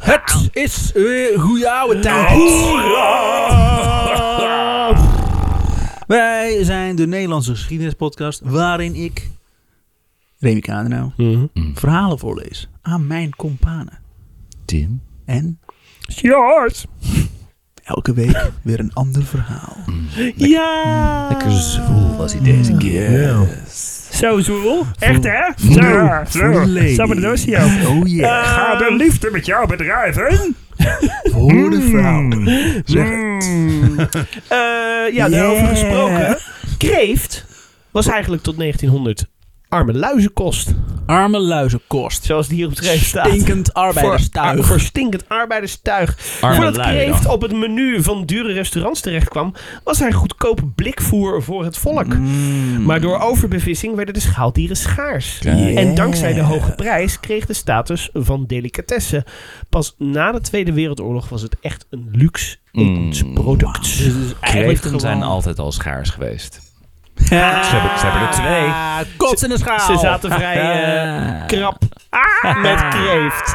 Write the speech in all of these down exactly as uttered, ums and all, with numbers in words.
Het is weer goeie oude tijd. Wij zijn de Nederlandse geschiedenispodcast waarin ik, Remy Kadenau, mm-hmm. verhalen voorlees aan mijn companen. Tim. En George. Elke week weer een ander verhaal. Mm. Lekker, ja. Lekker zwoel was hij deze keer. Yes. Zo zwoel. Echt hè? Zo. Zo. Sabadocio. Oh yeah. Uh, Ga de liefde met jou bedrijven. Voor de vrouw. Zeg het. Mm. Uh, ja, daarover yeah. gesproken. Kreeft was eigenlijk tot negentienhonderd arme luizenkost. Arme luizenkost. Zoals die hier op het schrift staat. Stinkend arbeiderstuig. Voor, voor stinkend arbeiderstuig. Arme Voordat lui, kreeft dan. op het menu van dure restaurants terechtkwam, was hij goedkope blikvoer voor het volk. Mm. Maar door overbevissing werden de schaaldieren schaars. Yeah. En dankzij de hoge prijs kreeg de status van delicatesse. Pas na de Tweede Wereldoorlog was het echt een luxe etensproduct. Mm. Dus kreeften zijn altijd al schaars geweest. Ja. Ze, hebben, ze hebben er twee. Kots in de schaal. Ze zaten vrij uh, krap ah, met kreeft.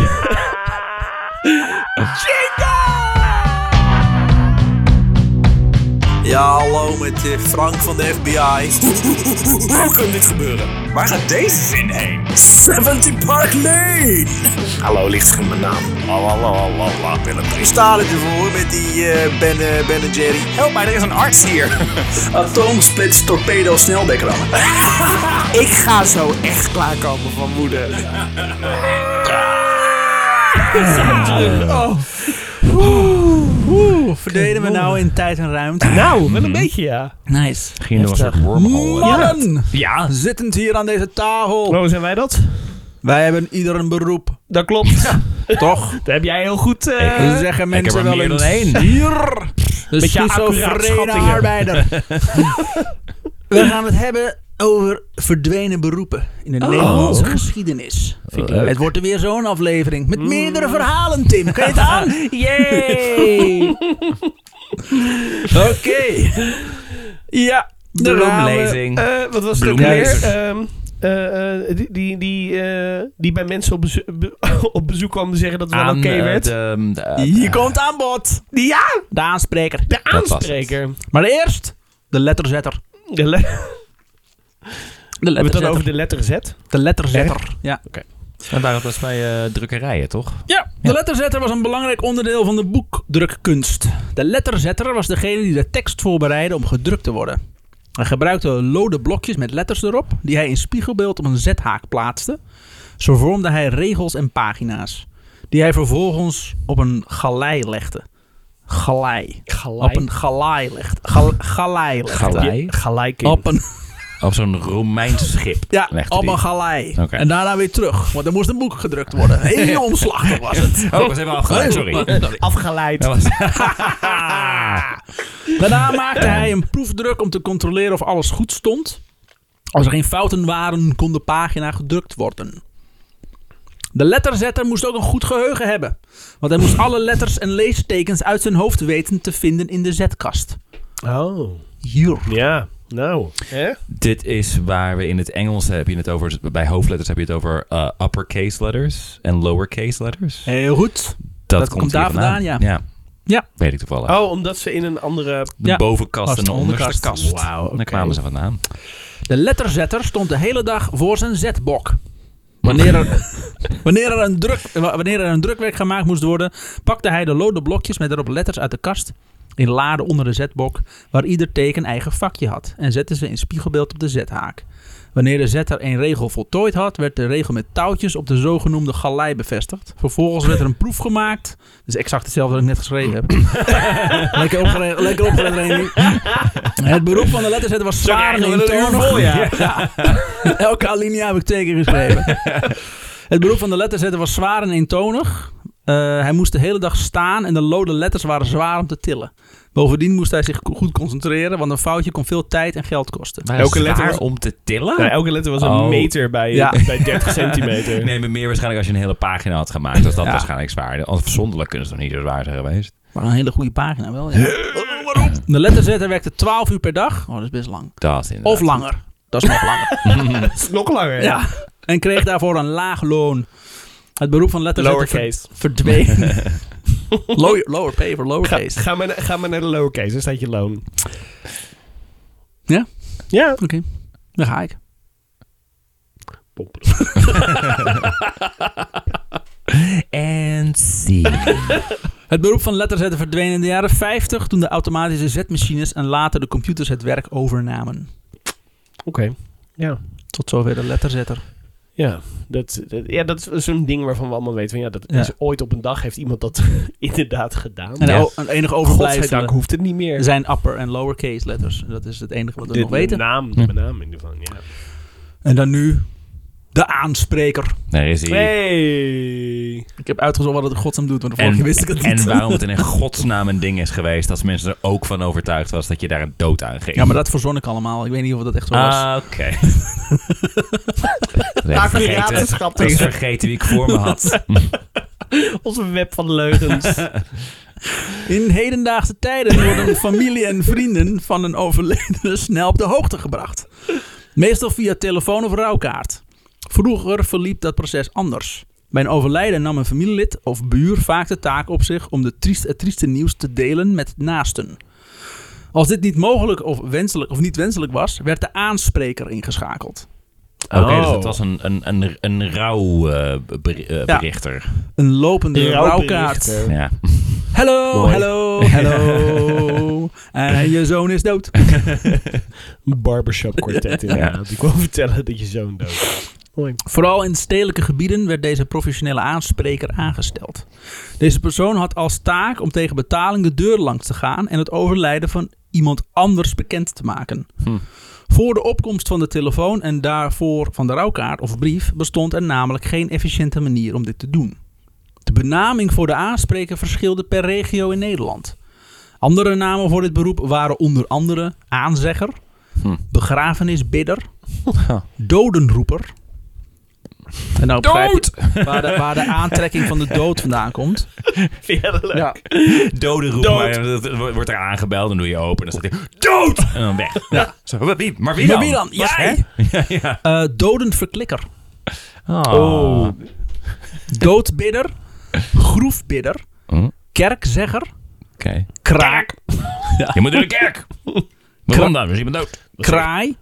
Ja, hallo met uh, Frank van de F B I. Hoe kan dit gebeuren? Waar gaat deze zin heen? zeventig Park Lane. Hallo, ligt er in mijn naam. Lalalala, Willem Ik sta ervoor met die uh, Ben, uh, Ben en Jerry. Help mij, er is een arts hier. Atoomsplits torpedo sneldekker. Ik ga zo echt klaarkomen van moeder. Oh. Oeh, oeh, verdelen we nou in tijd en ruimte? Nou, wel een beetje ja. Nice. Ging door een soort wormhole. Mannen! Ja. Zittend hier aan deze tafel. Oh, zijn wij dat? Wij hebben ieder een beroep. Dat klopt. Ja. Toch? Dat heb jij heel goed... Uh, ik zeggen mensen ik heb er wel meer eens. dan één. Hier. De Beetje accuraat schizofrene schattingen. arbeider. We gaan het hebben over verdwenen beroepen in de Oh. Nederlandse geschiedenis. Vind ik leuk. Het wordt er weer zo'n aflevering met meerdere verhalen, Tim. Kan je het aan? Yay! Oké. Okay. Ja. Bloemlezing. Uh, wat was het ook weer? Bloemlezing. Um, uh, uh, die, die, die, uh, die bij mensen op, bezo- be- op bezoek kwam zeggen dat het wel oké okay uh, werd. De, de, Hier komt aan bod. Ja, De aanspreker. de was aanspreker. Maar eerst de letterzetter. De le- De Hebben we het dan letterzetter. over de letter Z? De letterzetter. Ja. En daar was bij uh, drukkerijen, toch? Ja, de letterzetter was een belangrijk onderdeel van de boekdrukkunst. De letterzetter was degene die de tekst voorbereidde om gedrukt te worden. Hij gebruikte lode blokjes met letters erop, die hij in spiegelbeeld op een zethaak plaatste. Zo vormde hij regels en pagina's, die hij vervolgens op een galei legde. Galei. Galei. Op een galei legde. Gal- galei legde. Galei? Gelijk in. Op een... Op zo'n Romeins schip. Ja, legde op die. een galei. Okay. En daarna weer terug, want er moest een boek gedrukt worden. Heel omslachtig was het. Oh, ik was even afgeleid, sorry. Afgeleid. Dat was... Daarna maakte hij een proefdruk om te controleren of alles goed stond. Als er geen fouten waren, kon de pagina gedrukt worden. De letterzetter moest ook een goed geheugen hebben. Want hij moest alle letters en leestekens uit zijn hoofd weten te vinden in de zetkast. Oh. Hier. Ja, nou. Hè? Dit is waar we in het Engels heb je het over, bij hoofdletters heb je het over uh, uppercase letters en lowercase letters. Heel goed. Dat, Dat komt daar vandaan, ja. ja. Ja. Weet ik toevallig. Oh, omdat ze in een andere... De Ja. bovenkast en de onderste onderkast. kast. Wauw, Daar oké. kwamen ze vandaan. De letterzetter stond de hele dag voor zijn zetbok. Wanneer er, wanneer, er een druk, wanneer er een drukwerk gemaakt moest worden, pakte hij de lode blokjes met erop letters uit de kast in laden onder de zetbok, waar ieder teken eigen vakje had, en zette ze in spiegelbeeld op de zethaak. Wanneer de zetter een regel voltooid had, werd de regel met touwtjes op de zogenoemde galei bevestigd. Vervolgens werd er een proef gemaakt. Dus exact hetzelfde wat ik net geschreven heb. lekker opgelet, lekker opgelet, Remy. Het beroep van de letterzetter was zwaar en eentonig. Ja. Ja. Elke alinea heb ik twee keer geschreven. Het beroep van de letterzetter was zwaar en eentonig. Uh, hij moest de hele dag staan en de lode letters waren zwaar om te tillen. Bovendien moest hij zich goed concentreren, want een foutje kon veel tijd en geld kosten. Maar Elke elke letter letter was- om te tillen? Nou, elke letter was een Oh. meter bij, Ja. bij dertig centimeter. Nee, maar meer waarschijnlijk als je een hele pagina had gemaakt. Dus dat Ja. waarschijnlijk zwaar. Afzonderlijk kunnen ze nog niet zo zwaar zijn geweest. Maar een hele goede pagina wel, ja. De letterzetter werkte twaalf uur per dag. Oh, dat is best lang. Dat is inderdaad. Of langer. Dat is nog langer. Dat is nog langer. Ja. En kreeg daarvoor een laag loon. Het beroep van letterzetter Lowercase. ver- verdween. lower, lower P voor Ga, lowercase. ga, maar, ga maar naar de lowercase, daar staat je loon. Ja? Ja. Oké, okay. Dan ga ik. En zie. Het beroep van letterzetter verdween in de jaren vijftig toen de automatische zetmachines en later de computers het werk overnamen. Oké, okay. Ja. Tot zover de letterzetter. Ja dat, dat, ja, dat is zo'n ding waarvan we allemaal weten van ja, dat Ja. is ooit op een dag heeft iemand dat inderdaad gedaan. En Ja. de o- een enige Godzijdank overblijfselen hoeft het niet meer. zijn upper en lowercase letters. Dat is het enige wat we de, nog weten. De naam, de benaming ervan, ja. En dan nu de aanspreker. Daar is hij. Hey! Ik heb uitgezocht wat het in godsnaam doet, want de vorige En, keer wist ik het en niet. waarom het in godsnaam een ding is geweest als mensen er ook van overtuigd was dat je daar een dood aan ging. Ja, maar dat verzon ik allemaal. Ik weet niet of dat echt zo was. Ah, oké. Okay. Ik was vergeten, ik was vergeten wie ik voor me had. Onze web van leugens. In hedendaagse tijden worden familie en vrienden van een overledene snel op de hoogte gebracht. Meestal via telefoon of rouwkaart. Vroeger verliep dat proces anders. Bij een overlijden nam een familielid of buur vaak de taak op zich om de triest, het trieste nieuws te delen met naasten. Als dit niet mogelijk of, wenselijk, of niet wenselijk was, werd de aanspreker ingeschakeld. Oké, okay, Oh. dus het was een, een, een, een rouwberichter. Uh, Een lopende Rouwberichter. rouwkaart. ja. Hallo, Mooi. hallo, hallo. En je zoon is dood. Een barbershop quartet inderdaad. Die kwam vertellen dat je zoon dood is. Mooi. Vooral in stedelijke gebieden werd deze professionele aanspreker aangesteld. Deze persoon had als taak om tegen betaling de deur langs te gaan en het overlijden van iemand anders bekend te maken. Hm. Voor de opkomst van de telefoon en daarvoor van de rouwkaart of brief bestond er namelijk geen efficiënte manier om dit te doen. De benaming voor de aanspreker verschilde per regio in Nederland. Andere namen voor dit beroep waren onder andere aanzegger, Hm. begrafenisbidder, Huh. dodenroeper. En nou begrijp Dood! je waar de, waar de aantrekking van de dood vandaan komt. Vind jij dat leuk? Ja. Dode roep, Dood. maar dat wordt er aangebeld, dan doe je open en dan staat hij dood! En dan weg. Ja. Zo, maar wie, maar wie Maar dan? wie dan? Was- Jij? hè? ja, ja. Uh, dodendverklikker, Oh. Oh. doodbidder, groefbidder, Hm? Oké. kerkzegger, Okay. kraak, Je moet in de kerk! Waarom dan? Is iemand dood? kraai,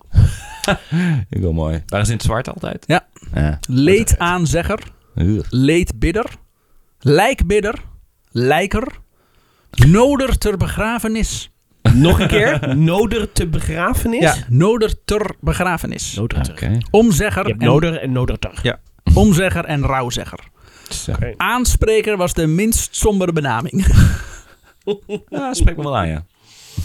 Ik wil mooi. Waren ze in het zwart altijd? Ja. ja. leedaanzegger, Ugh. leedbidder, lijkbidder, lijker, noder ter begrafenis. Nog een keer. Noder te begrafenis. Ja, noder ter begrafenis. Noder te. Oké. Omzegger, Je hebt en, noder en noder ter. Ja. omzegger en rouwzegger. Zo. Oké. Aanspreker was de minst sombere benaming. Ja, spreek me wel aan, ja.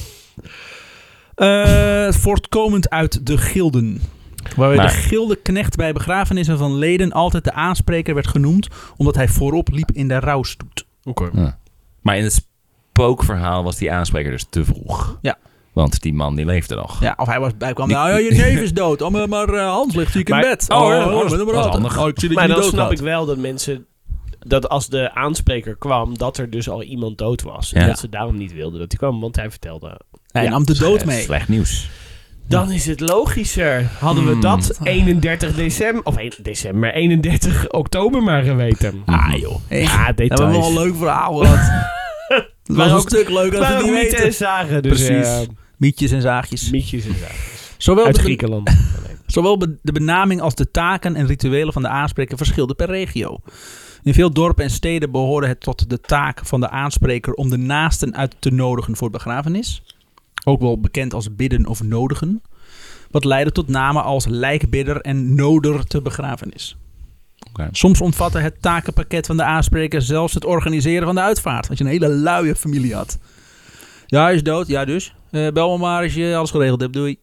Uh, voortkomend uit de gilden. Waarbij Maar- de gildeknecht bij begrafenissen van leden altijd de aanspreker werd genoemd, omdat hij voorop liep in de rouwstoet. Oké. Ja. Maar in het spookverhaal was die aanspreker dus te vroeg. Ja. Want die man die leefde nog. Ja, of hij was bij kwam. Die- Nou ja, je neef is dood. Oh, maar, maar uh, Hans ligt ziek in Maar- bed. oh, Oh, ja, oh, dat is- met een dat is brood. handig. Oh, ik zie dat Maar je dan niet snap dood ik wel dat mensen... Dat als de aanspreker kwam, dat er dus al iemand dood was. Ja. En dat ze daarom niet wilden dat hij kwam, want hij vertelde... Hij Ja. nam de dood Eh, mee. Slecht nieuws. Dan is het logischer. Hadden we Hmm. dat eenendertig december... Of één december, eenendertig oktober maar geweten. Ah joh. Hey, Ja, dat hebben we details. wel een leuk verhaal gehad. Dat was een ook- stuk leuker dan Maar we ook niet niet weten. te zagen. Dus, Precies. eh, Mietjes en zaagjes. mietjes en zaken. Zowel Uit de, Griekenland. zowel be- de benaming als de taken en rituelen van de aanspreker verschilden per regio. In veel dorpen en steden behoorde het tot de taak van de aanspreker om de naasten uit te nodigen voor begrafenis. Ook wel bekend als bidden of nodigen. Wat leidde tot namen als lijkbidder en noder te begrafenis. Oké. Soms omvatte het takenpakket van de aanspreker zelfs het organiseren van de uitvaart. Als je een hele luie familie had. Ja, hij is dood. Ja, dus. Eh, bel me maar als je alles geregeld hebt. Doei.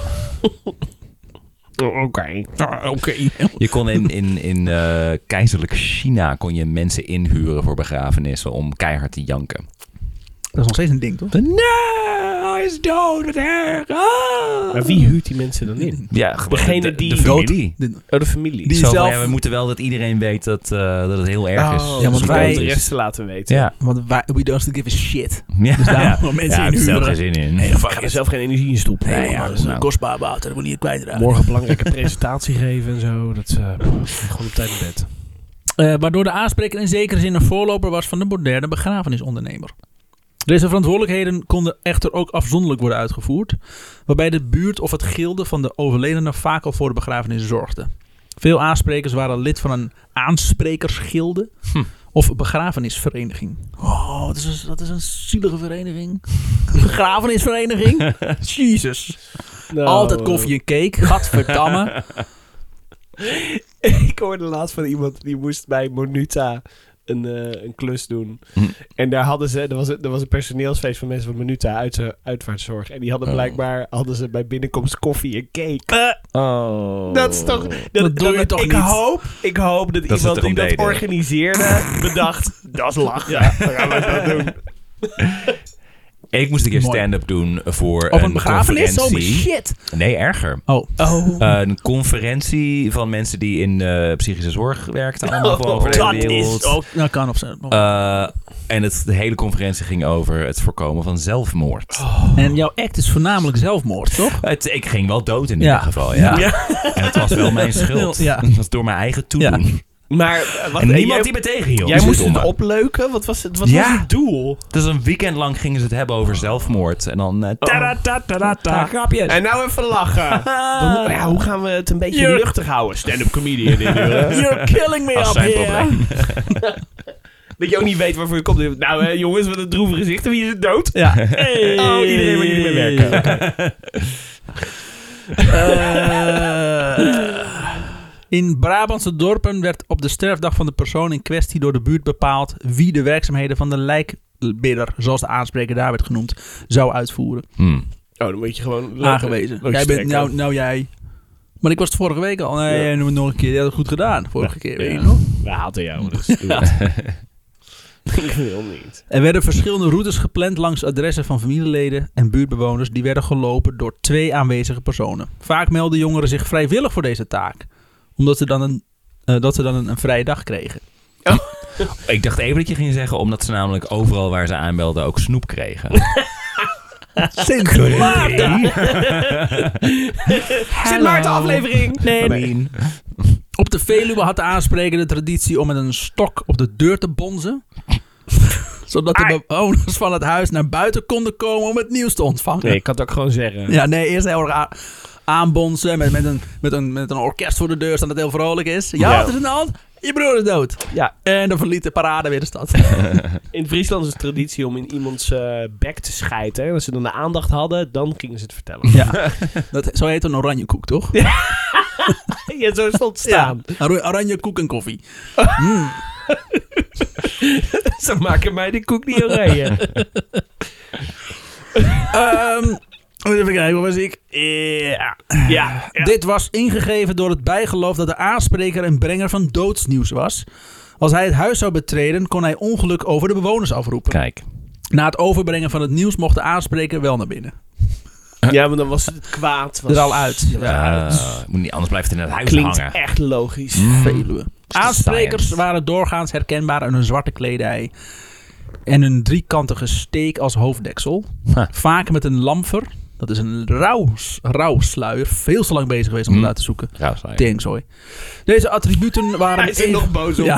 Oké. Oké. Je kon in, in, in eh, keizerlijk China kon je mensen inhuren voor begrafenissen om keihard te janken. Dat is nog steeds een ding, toch? Nee, hij is dood, wat erg. Ah. Maar wie huurt die mensen dan in? Ja, gewoon Degene de, die- de familie. De- Oh, de familie. Die- Zo van, zelf- ja, we moeten wel dat iedereen weet dat, eh, dat het heel erg is. Oh, Ja, want dus wij- om de rest te laten weten. Ja. Want wij, we don't give a shit. Ja, Dus daar ja. moeten we mensen ja, ik heb er inhuren. geen zin in. Nee, Ik ga er zelf geen energie in stoppen. Nee, Nee, ja, maar dat is nou. een kostbaar water. Dat moet je niet kwijtraken. morgen een belangrijke presentatie geven en zo. Dat is eh, gewoon op tijd in bed. Uh, waardoor de aanspreker in zekere zin een voorloper was van de moderne begrafenisondernemer. Deze verantwoordelijkheden konden echter ook afzonderlijk worden uitgevoerd, waarbij de buurt of het gilde van de overledene vaak al voor de begrafenis zorgde. Veel aansprekers waren lid van een aansprekersgilde hm. of begrafenisvereniging. Oh, dat is, een, dat is een zielige vereniging. Een begrafenisvereniging? Jezus. No. Altijd koffie en cake. Gadverdamme. Ik hoorde laatst van iemand die moest bij Monuta een, uh, een klus doen. Hm. En daar hadden ze, er was, er was een personeelsfeest van mensen van Monuta uit de uitvaartzorg. En die hadden blijkbaar, hadden ze bij binnenkomst koffie en cake. Uh, oh. Dat is toch, dat, dat doe je dat, toch ik niet? Hoop, ik hoop dat, dat iemand die dat deden. organiseerde bedacht, dat is lachen. Ja, dan gaan we dat doen. Ik moest een keer stand-up doen voor Op een, een begrafenis? conferentie. Oh shit. Nee, erger. Oh. oh. Uh, een conferentie van mensen die in uh, psychische zorg werkten. Allemaal oh, over de dat hele wereld. Is ook, dat kan op zijn. Uh, en het, de hele conferentie ging over het voorkomen van zelfmoord. Oh. En jouw act is voornamelijk zelfmoord, toch? Het, ik ging wel dood in ja. ieder geval, ja. ja. En het was wel mijn schuld. Ja. Het was door mijn eigen toedoen. Ja. Maar wat, en niemand jij, die me tegenhield. Jij moest het opleuken? Wat was het, wat ja. was het doel? Dus een weekend lang gingen ze het hebben over zelfmoord. En dan... Uh, tada, tada, tada, tada, grapjes. En nou even lachen. Dan, ja, hoe gaan we het een beetje You're... luchtig houden? Stand-up comedian. You're killing me Als up here. Dat je ook niet weet waarvoor je komt. Nou hè, jongens, wat een droeve gezicht. Wie is het dood? Ja. Hey. Oh, iedereen wil jullie mee werken. Okay. uh... In Brabantse dorpen werd op de sterfdag van de persoon in kwestie door de buurt bepaald wie de werkzaamheden van de lijkbidder, zoals de aanspreker daar werd genoemd, zou uitvoeren. Hmm. Oh, dan moet je gewoon aangewezen. Jij bent nou, nou jij. Maar ik was het vorige week al. Nee, ja. noem het nog een keer. Je had het goed gedaan. Vorige ja. keer. Ja. Ja. We haalden jou. Dus ja. Ik wil niet. Er werden verschillende routes gepland langs adressen van familieleden en buurtbewoners. Die werden gelopen door twee aanwezige personen. Vaak melden jongeren zich vrijwillig voor deze taak, omdat ze dan een, uh, dat ze dan een, een vrije dag kregen. Oh. Ik dacht even dat je ging zeggen, omdat ze namelijk overal waar ze aanbelden ook snoep kregen. Sint Maarten. Sint Maarten aflevering. Nee, nee. Op de Veluwe had de aanspreker de traditie om met een stok op de deur te bonzen, zodat de bewoners van het huis naar buiten konden komen om het nieuws te ontvangen. Nee, ik kan het ook gewoon zeggen. Ja, nee, eerst heel erg aan, aanbonzen met, met, een, met, een, met een orkest voor de deur, zodat het heel vrolijk is. Ja, ja. Wat is er aan de hand? Je broer is dood. Ja. En dan verliet de parade weer de stad. In Friesland is het traditie om in iemands uh, bek te schijten. En als ze dan de aandacht hadden, dan gingen ze het vertellen. Ja. Dat, zo heet een oranje koek, toch? Ja, ja zo stond staan. Ja. Oranje koek en koffie. Mm. Ze maken mij die koek niet oranje. um, Even kijken, hoe was ik? Ja. Ja, ja. Dit was ingegeven door het bijgeloof dat de aanspreker een brenger van doodsnieuws was. Als hij het huis zou betreden, kon hij ongeluk over de bewoners afroepen. Kijk. Na het overbrengen van het nieuws mocht de aanspreker wel naar binnen. Ja, maar dan was het kwaad. Was er al uit. Ja, ja. Uh, moet niet, anders blijft het in het huis Klinkt hangen. Echt logisch. Mm. Veluwe. Aansprekers waren doorgaans herkenbaar in hun zwarte kledij en een driekantige steek als hoofddeksel. Huh. Vaak met een lamfer. Dat is een rauw, rauw sluier. Veel te lang bezig geweest om mm. het uit te zoeken. Tering, Deze attributen waren... Hij is er nog boos op. Ja.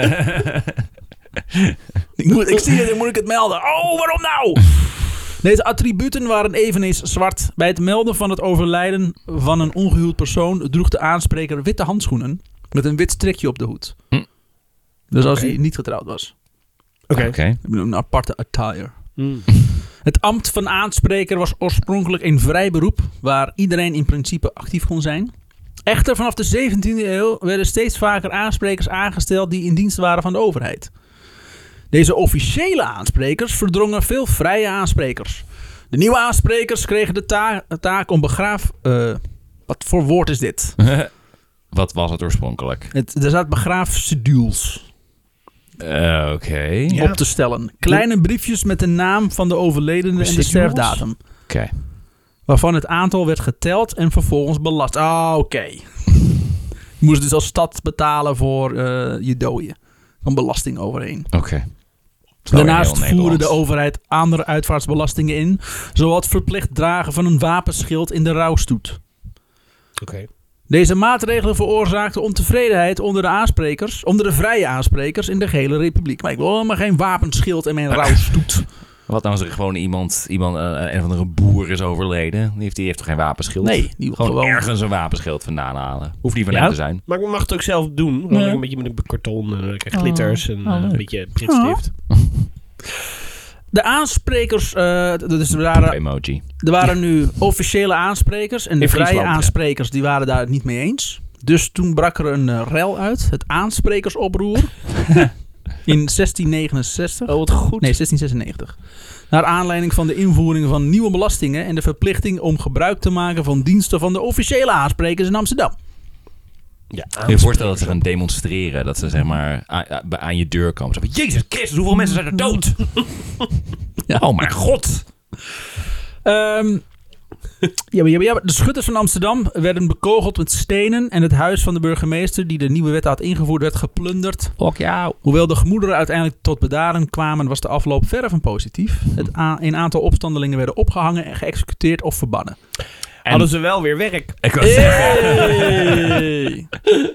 ik, moet, ik zie het, dan moet ik het melden. Oh, waarom nou? Deze attributen waren eveneens zwart. Bij het melden van het overlijden van een ongehuwd persoon droeg de aanspreker witte handschoenen met een wit strikje op de hoed. Mm. Dus als okay. hij niet getrouwd was. Oké. Okay. Okay. Een aparte attire. Mm. Het ambt van aanspreker was oorspronkelijk een vrij beroep, waar iedereen in principe actief kon zijn. Echter, vanaf de zeventiende eeuw werden steeds vaker aansprekers aangesteld die in dienst waren van de overheid. Deze officiële aansprekers verdrongen veel vrije aansprekers. De nieuwe aansprekers kregen de ta- taak om begraaf... Uh, wat voor woord is dit? Wat was het oorspronkelijk? Het, er zaten begraafsedules. Uh, Oké. Okay. Op ja. te stellen. Kleine briefjes met de naam van de overledene en de sterfdatum. Oké. Okay. Waarvan het aantal werd geteld en vervolgens belast. Ah, oké. Okay. Je moest dus als stad betalen voor uh, je dooien. Van belasting overheen. Oké. Okay. Daarnaast voerde de overheid andere uitvaartsbelastingen in. Zoals verplicht dragen van een wapenschild in de rouwstoet. Oké. Okay. Deze maatregelen veroorzaakten ontevredenheid onder de aansprekers, onder de vrije aansprekers in de gehele republiek. Maar ik wil helemaal geen wapenschild en mijn rouwstoet. Wat nou als er gewoon iemand, iemand uh, een of andere boer is overleden? Die heeft, die heeft toch geen wapenschild? Nee, die wil gewoon, gewoon ergens een wapenschild vandaan halen. Hoeft niet van Ja? hem te zijn. Maar ik mag het ook zelf doen. Gewoon Nee. een beetje met een karton en uh, glitters en uh, Oh, leuk. een beetje pritstift. De aansprekers, uh, dus er Poep waren, emoji. er waren nu officiële aansprekers en de In vrije Friesland, ja. aansprekers die waren daar het niet mee eens. Dus toen brak er een uh, rel uit, het aansprekersoproer in zestien negenenzestig. Oh, wat goed. Nee, zestien zesennegentig. Naar aanleiding van de invoering van nieuwe belastingen en de verplichting om gebruik te maken van diensten van de officiële aansprekers in Amsterdam. Ja, Kun je je voorstellen dat ze gaan demonstreren? Dat ze zeg maar aan, aan je deur komen. Zo van, Jezus Christus, hoeveel mensen zijn er dood? Ja. Oh mijn god. Ehm, ja, maar, ja, maar, ja, maar de schutters van Amsterdam werden bekogeld met stenen en het huis van de burgemeester die de nieuwe wet had ingevoerd werd geplunderd. Fuck jou. Hoewel de gemoederen uiteindelijk tot bedaren kwamen, was de afloop verre van positief. Het a- een aantal opstandelingen werden opgehangen en geëxecuteerd of verbannen. En Hadden ze wel weer werk. ik wil zeggen, Hey!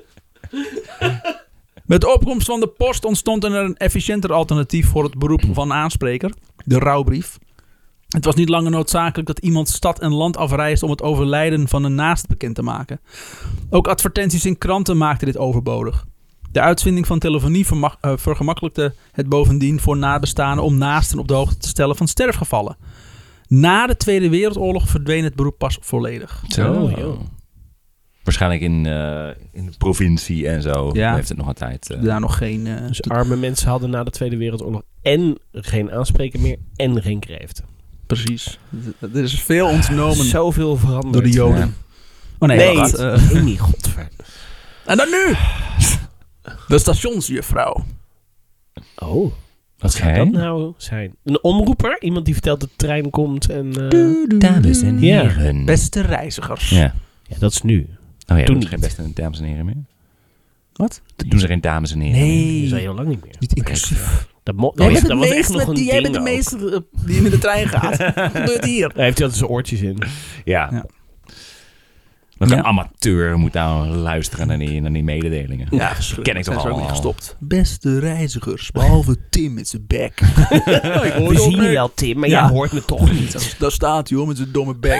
Met de opkomst van de post ontstond er een efficiënter alternatief voor het beroep van aanspreker, de rouwbrief. Het was niet langer noodzakelijk dat iemand stad en land afreist om het overlijden van een naast bekend te maken. Ook advertenties in kranten maakten dit overbodig. De uitvinding van telefonie verma- uh, vergemakkelijkte het bovendien voor nabestaanden om naasten op de hoogte te stellen van sterfgevallen. Na de Tweede Wereldoorlog verdween het beroep pas volledig. Zo. Oh, joh. Waarschijnlijk in, uh, in de provincie en zo Ja. heeft het nog een tijd. Uh, Daar nog geen... Uh, Dus arme mensen hadden na de Tweede Wereldoorlog en geen aanspreker meer en geen kreeft. Precies. Er is veel ontnomen Zoveel veranderd. door de Joden. Ja. Oh nee, Nee, wacht. Uh, nee, niet godver. en dan nu! De stationsjuffrouw. Oh, Wat zou dat nou zijn? Een omroeper? Iemand die vertelt dat de trein komt en... uh, Dames en Ja. heren. Beste reizigers. Ja. Ja, dat is nu. Oh ja, Toen doen ze niet. geen beste dames en heren meer? Wat? Doen ze geen dames en heren meer? Die is al Nee, heel lang niet meer. niet inclusief. Dat, mo- dat Jij was, bent dat het was echt meest nog met een die, jij ding bent de ook. meeste uh, die met de trein gaat. Wat gebeurt hier? Hij heeft altijd zijn oortjes in. Ja. Ja. Want een Ja. amateur moet nou luisteren naar die, naar die mededelingen. Ja, ken ik toch Zijn ze ook allemaal. mee gestopt. Beste reizigers, behalve Tim met zijn bek. We zien je wel, Tim, maar Ja. jij hoort me toch niet. Daar, daar staat hij hoor, met zijn domme bek.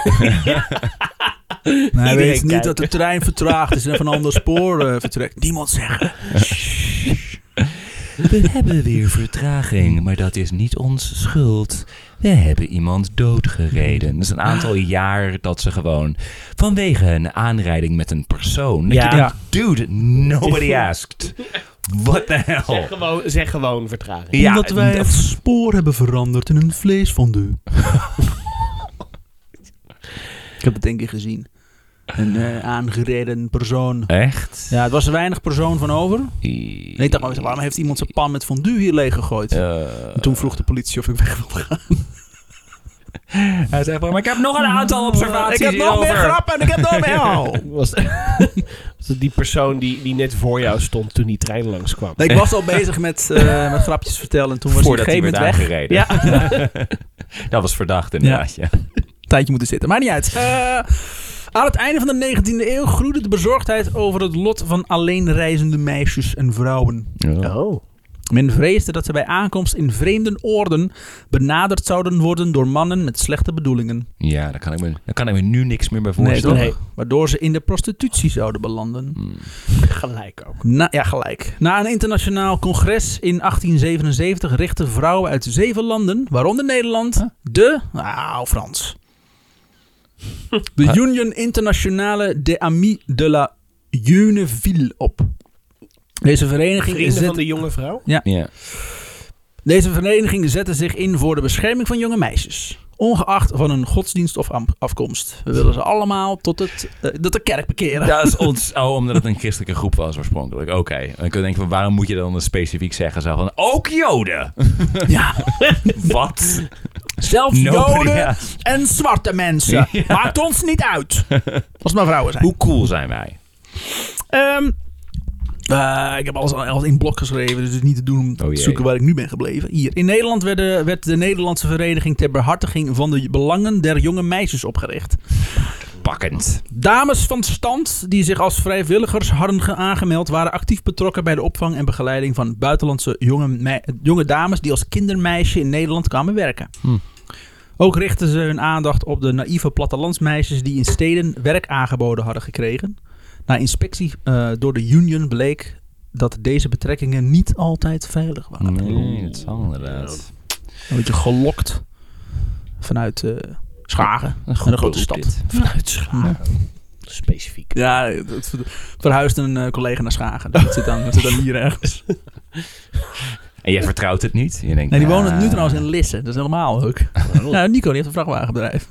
Hij weet niet kijkt. dat de trein vertraagd is en van een ander spoor uh, vertrekt. Niemand zeggen. We hebben weer vertraging, maar dat is niet onze schuld. We hebben iemand doodgereden. Dat is een aantal jaar dat ze gewoon vanwege een aanrijding met een persoon. Dat Ja. je denkt, dude, nobody asked. What the hell? Zeg gewoon, zeg gewoon vertraging. Ja, Omdat wij dat- het spoor hebben veranderd in een vleesfondue. Ik heb het denk ik gezien. Een uh, aangereden persoon. Echt? Ja, het was er weinig persoon van over. En ik dacht, maar, waarom heeft iemand zijn pan met fondue hier leeggegooid? Uh, En toen vroeg de politie of ik weg wilde gaan. Hij zei van, maar ik heb nog een aantal observaties Ik heb nog meer hierover. grappen en ik heb nog meer... Oh. Was, was het die persoon die, die net voor jou stond toen die trein langskwam? Nee, ik was al bezig met, uh, met grapjes vertellen en toen was Voordat hij op hij een werd gegeven moment weg. aangereden. Ja, Dat was verdacht inderdaad, ja. tijdje moeten zitten. Maar niet uit. Uh, aan het einde van de negentiende eeuw groeide de bezorgdheid over het lot van alleenreizende meisjes en vrouwen. Oh. Men vreesde dat ze bij aankomst in vreemde oorden benaderd zouden worden door mannen met slechte bedoelingen. Ja, daar kan ik me, daar kan ik me nu niks meer bij Nee, voorstellen. toch? Nee. Waardoor ze in de prostitutie zouden belanden. Hmm. Gelijk ook. Na, ja, gelijk. Na een internationaal congres in achttien zevenenzeventig richtten vrouwen uit zeven landen, waaronder Nederland, Huh? de... Nou, Frans. De Union Internationale des Amis de la Jeune Ville op. Deze vereniging, Vrienden zet- van de jonge vrouw? Ja. Deze vereniging zette zich in voor de bescherming van jonge meisjes. Ongeacht van hun godsdienst of am- afkomst. We willen ze allemaal tot, het, uh, tot de kerk bekeren. Dat is ons, oh, omdat het een christelijke groep was oorspronkelijk. Oké. Okay. En ik denk van, waarom moet je dan specifiek zeggen zo van, ook Joden? Ja. Wat? Zelfs Nobody Joden asked. en zwarte mensen. Ja. Maakt ons niet uit. Als het maar vrouwen zijn. Hoe cool zijn wij? Ehm, uh, ik heb alles, alles in blok geschreven, dus het is niet te doen om te Oh jee. zoeken waar ik nu ben gebleven. Hier. In Nederland werden, werd de Nederlandse Vereniging ter Behartiging van de Belangen der Jonge Meisjes opgericht. pakkend. Dames van stand die zich als vrijwilligers hadden ge- aangemeld... waren actief betrokken bij de opvang en begeleiding van buitenlandse jonge, mei- jonge dames... die als kindermeisje in Nederland kwamen werken. Hm. Ook richtten ze hun aandacht op de naïeve plattelandsmeisjes... die in steden werk aangeboden hadden gekregen. Na inspectie uh, door de Union bleek dat deze betrekkingen niet altijd veilig waren. Nee, dat zal inderdaad. Een beetje gelokt vanuit uh, Schagen, een, een grote stad. Dit. Vanuit Schagen. Specifiek. Ja, het verhuisde een uh, collega naar Schagen. Dat zit dan, dat zit dan hier ergens. En jij vertrouwt het niet? Je denkt, Nee, die ah, wonen nu trouwens in Lisse. Dat is helemaal leuk. Ja, Nico die heeft een vrachtwagenbedrijf.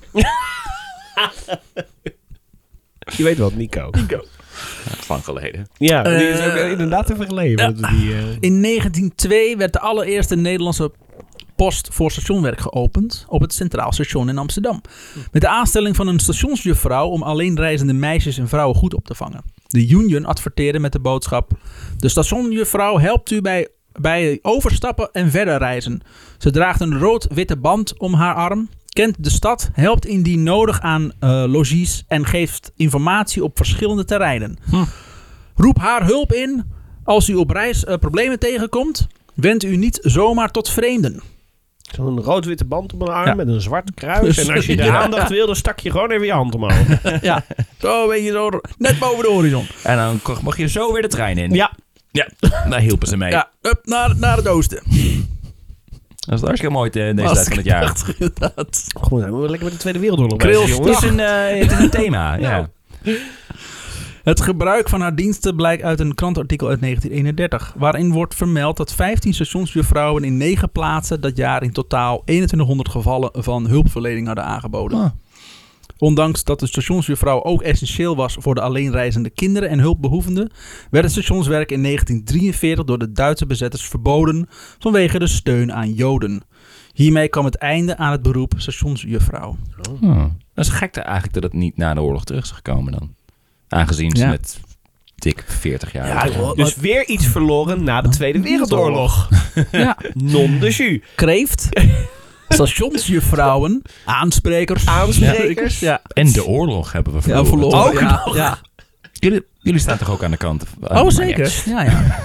Je weet wat, Nico. Nico. Lang geleden. Ja, die is Uh, ook inderdaad even geleden. ja. dat Die, uh... In negentien twee werd de allereerste Nederlandse post voor stationwerk geopend op het Centraal Station in Amsterdam. Met de aanstelling van een stationsjuffrouw om alleenreizende meisjes en vrouwen goed op te vangen. De Union adverteerde met de boodschap: de stationjuffrouw helpt u bij, bij overstappen en verder reizen. Ze draagt een rood-witte band om haar arm, kent de stad, helpt indien nodig aan uh, logies en geeft informatie op verschillende terreinen. Hm. Roep haar hulp in als u op reis uh, problemen tegenkomt. Wend u niet zomaar tot vreemden. Zo'n rood-witte band op een arm Ja. met een zwart kruis. En als je de Ja. aandacht wil, dan stak je gewoon even je hand omhoog. Ja, zo weet je zo net boven de horizon. En dan ko- mag je zo weer de trein in. Ja. Ja, daar hielpen ze mee. Ja, up naar, naar het oosten. Dat is hartstikke mooi in deze tijd van het jaar. Inderdaad. Goed, dan moeten we lekker met de Tweede Wereldoorlog Krils- bezig, Het is jongens. een, uh, het is een thema, ja. Het gebruik van haar diensten blijkt uit een krantartikel uit negentien eenendertig... waarin wordt vermeld dat vijftien stationsjuffrouwen in negen plaatsen dat jaar in totaal eenentwintighonderd gevallen van hulpverlening hadden aangeboden. Ah. Ondanks dat de stationsjuffrouw ook essentieel was voor de alleenreizende kinderen en hulpbehoevenden, werd het stationswerk in negentien drieënveertig door de Duitse bezetters verboden vanwege de steun aan Joden. Hiermee kwam het einde aan het beroep stationsjuffrouw. Oh. Dat is gek eigenlijk dat het niet na de oorlog terug is gekomen dan. Aangezien ze Ja. met dik veertig jaar... Ja, oud waren. Dus weer iets verloren na de Tweede Wereldoorlog. Ja, Non de jus. kreeft, stationsjuffrouwen, aansprekers. Aansprekers. Ja, En de oorlog hebben we ja verloren. verloren. Ook ja, nog. ja. Jullie, jullie staan toch ook aan de kant? Oh, Maar zeker. niks. Ja, ja.